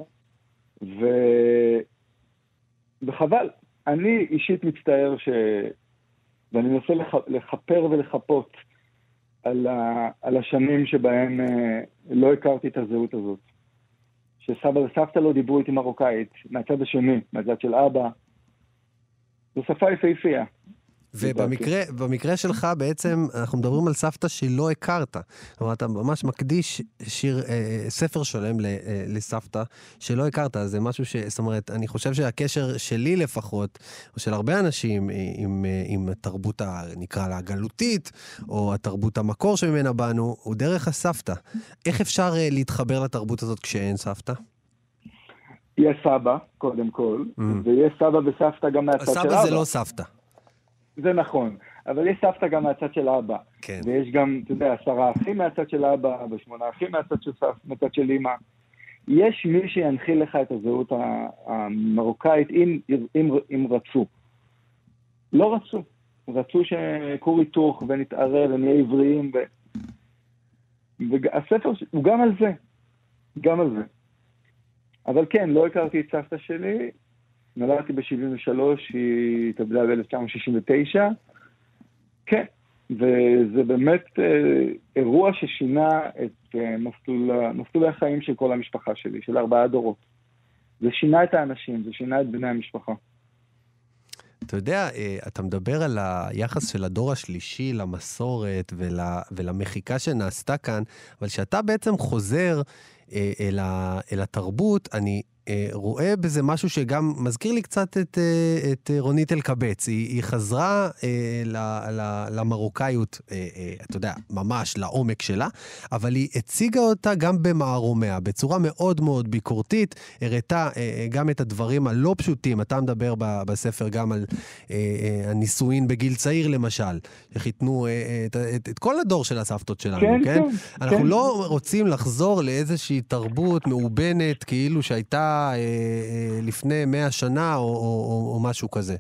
וחבל. אני אישית מצטער ואני מנסה לכפר ולחפות על השנים שבהם לא הכרתי את הזהות הזאת. שסבא וסבתא לא דיברו איתי מרוקאית, מהצד השני, מהצד של אבא. זו שפה יפהפייה. ובמקרה שלך בעצם אנחנו מדברים על סבתא שלא הכרת. כלומר, אתה ממש מקדיש ספר שלם לסבתא שלא הכרת. זה משהו זאת אומרת, אני חושב שהקשר שלי לפחות, או של הרבה אנשים עם התרבות, נקרא לה הגלותית, או התרבות המקור שממנה באנו, הוא דרך הסבתא. איך אפשר להתחבר לתרבות הזאת כשאין סבתא? יש סבא, קודם כל, ויש סבא וסבתא גם מהצד של אבא. סבא זה לא סבתא. זה נכון, אבל יש סבתא גם מהצד של אבא. כן. ויש גם, אתה יודע, 10 אחים מהצד של אבא, ו8 אחים מהצד של אמא. יש מי שינחיל לך את הזהות המרוקאית, אם רצו. לא רצו. רצו שקור היתוך ונתערב ונהיה עבריים. והספר הוא גם על זה. גם על זה. אבל כן, לא הכרתי את סבתא שלי. נולדתי ב-73, היא התאבדה ב-1969. כן, וזה באמת אירוע ששינה את מסלולי החיים של כל המשפחה שלי, של 4 דורות. זה שינה את האנשים, זה שינה את בני המשפחה. אתה יודע, אתה מדבר על היחס של הדור השלישי למסורת ולמחיקה שנעשתה כאן, אבל שאתה בעצם חוזר אל התרבות, אני רואה בזה משהו שגם מזכיר לי קצת את רונית אלקבץ. היא חזרה למרוקאיות, אתה יודע, ממש לעומק שלה, אבל היא הציגה אותה גם במערומיה, בצורה מאוד מאוד ביקורתית, הראתה גם את הדברים הלא פשוטים. אתה מדבר בספר גם על הנישואין בגיל צעיר למשל, שחיתנו את כל הדור של הסבתות שלנו, כן? אנחנו לא רוצים לחזור לאיזושהי תרבות מאובנת, כאילו שהייתה לפני 100 שנה או משהו כזה.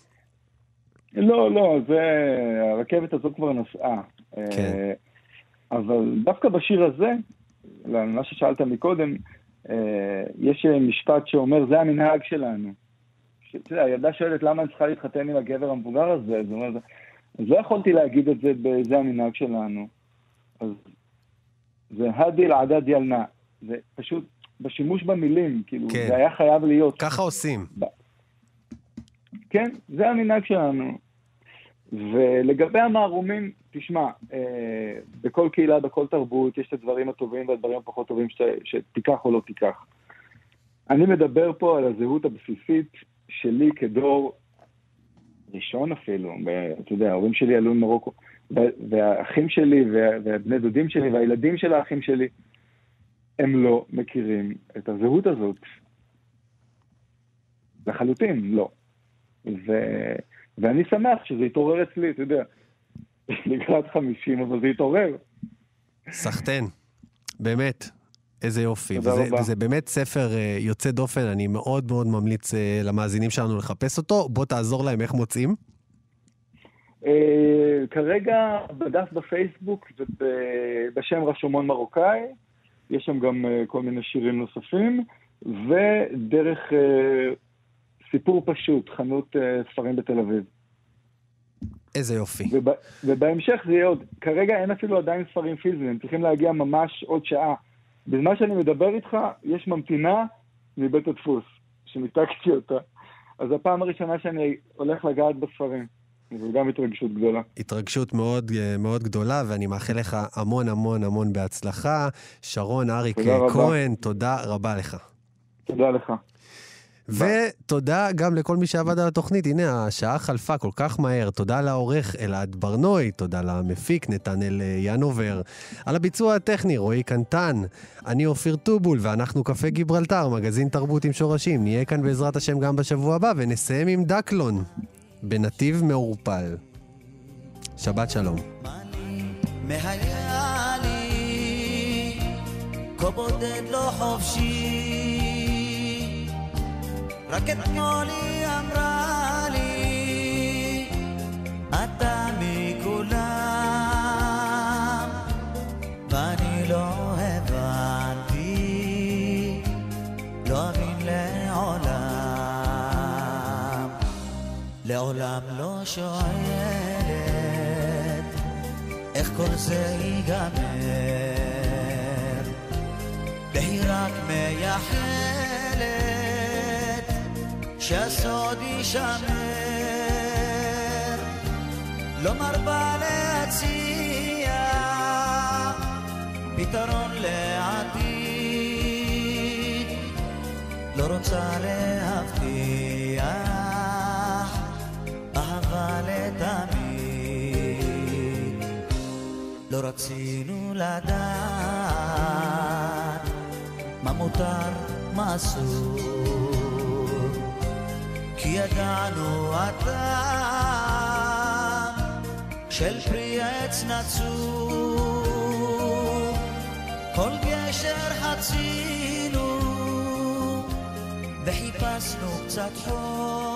לא, הרכבת הזו כבר נסעה. כן. אבל דווקא בשיר הזה, מה ששאלת מקודם, יש משפט שאומר, זה המנהג שלנו. הילדה שואלת למה אני צריכה להתחתן עם הגבר המבוגר הזה, אז לא יכולתי להגיד את זה בזה המנהג שלנו. אז זה הדיל עדד ילנה. זה פשוט בשימוש במילים, כאילו, כן. זה היה חייב להיות. ככה עושים. כן, זה המנהג שלנו. ולגבי המערומים, תשמע, בכל קהילה, בכל תרבות, יש את הדברים הטובים והדברים הפחות טובים שתיקח או לא תיקח. אני מדבר פה על הזהות הבסיסית שלי כדור ראשון אפילו. אתה יודע, ההורים שלי עלו ממרוקו, והאחים שלי והבני דודים שלי והילדים של האחים שלי, הם לא מכירים את הזהות הזאת. לחלוטין, לא. ואני שמח שזה יתעורר אצלי, אתה יודע, לקראת 50, אבל זה יתעורר. סחטן, באמת, איזה יופי. וזה באמת ספר יוצא דופן, אני מאוד מאוד ממליץ למאזינים שלנו לחפש אותו. בוא תעזור להם איך מוצאים. כרגע בדף בפייסבוק, בשם רשומון מרוקאי, יש שם גם כל מיני שירים נוספים, ודרך סיפור פשוט, חנות ספרים בתל אביב. איזה יופי. ובהמשך זה יהיה עוד, כרגע אין אפילו עדיין ספרים פיזיים, צריכים להגיע ממש עוד שעה. בזמן שאני מדבר איתך, יש ממתינה מבית הדפוס, שמיתקתי אותה. אז הפעם הראשונה שאני הולך לגעת בספרים. זו גם התרגשות גדולה. התרגשות מאוד מאוד גדולה, ואני מאחל לך המון המון המון בהצלחה. שרון אריק כהן, תודה רבה לך. תודה לך. ותודה גם לכל מי שעבד על התוכנית. הנה, השעה חלפה כל כך מהר. תודה לעורך אלעד ברנוי, תודה למפיק נתנאל ינובר, על הביצוע הטכני רועי קנטן. אני אופיר טובול, ואנחנו קפה גיברלטר, מגזין תרבות עם שורשים. נהיה כאן בעזרת השם גם בשבוע הבא, ונסיים עם דקלון בנתיב מעורפל. שבת שלום. כבודד לא חופשי, רק אתמול היא אמרה לי אתה מכולם, ואני לא הבנתי, לא אבין לעולם, לעולם לא שואלת איך כל זה ייגמר, והיא רק מייחלת שהסוד יישמר, לא מרבה להציע פתרון לעתיד, לא רוצה להבטיח אהבה לתמיד. לא רצינו לדעת מה מותר מה אסור, כי ידענו הטעם של פרי עץ נצור. כל גשר חצינו וחיפשנו קצת חור,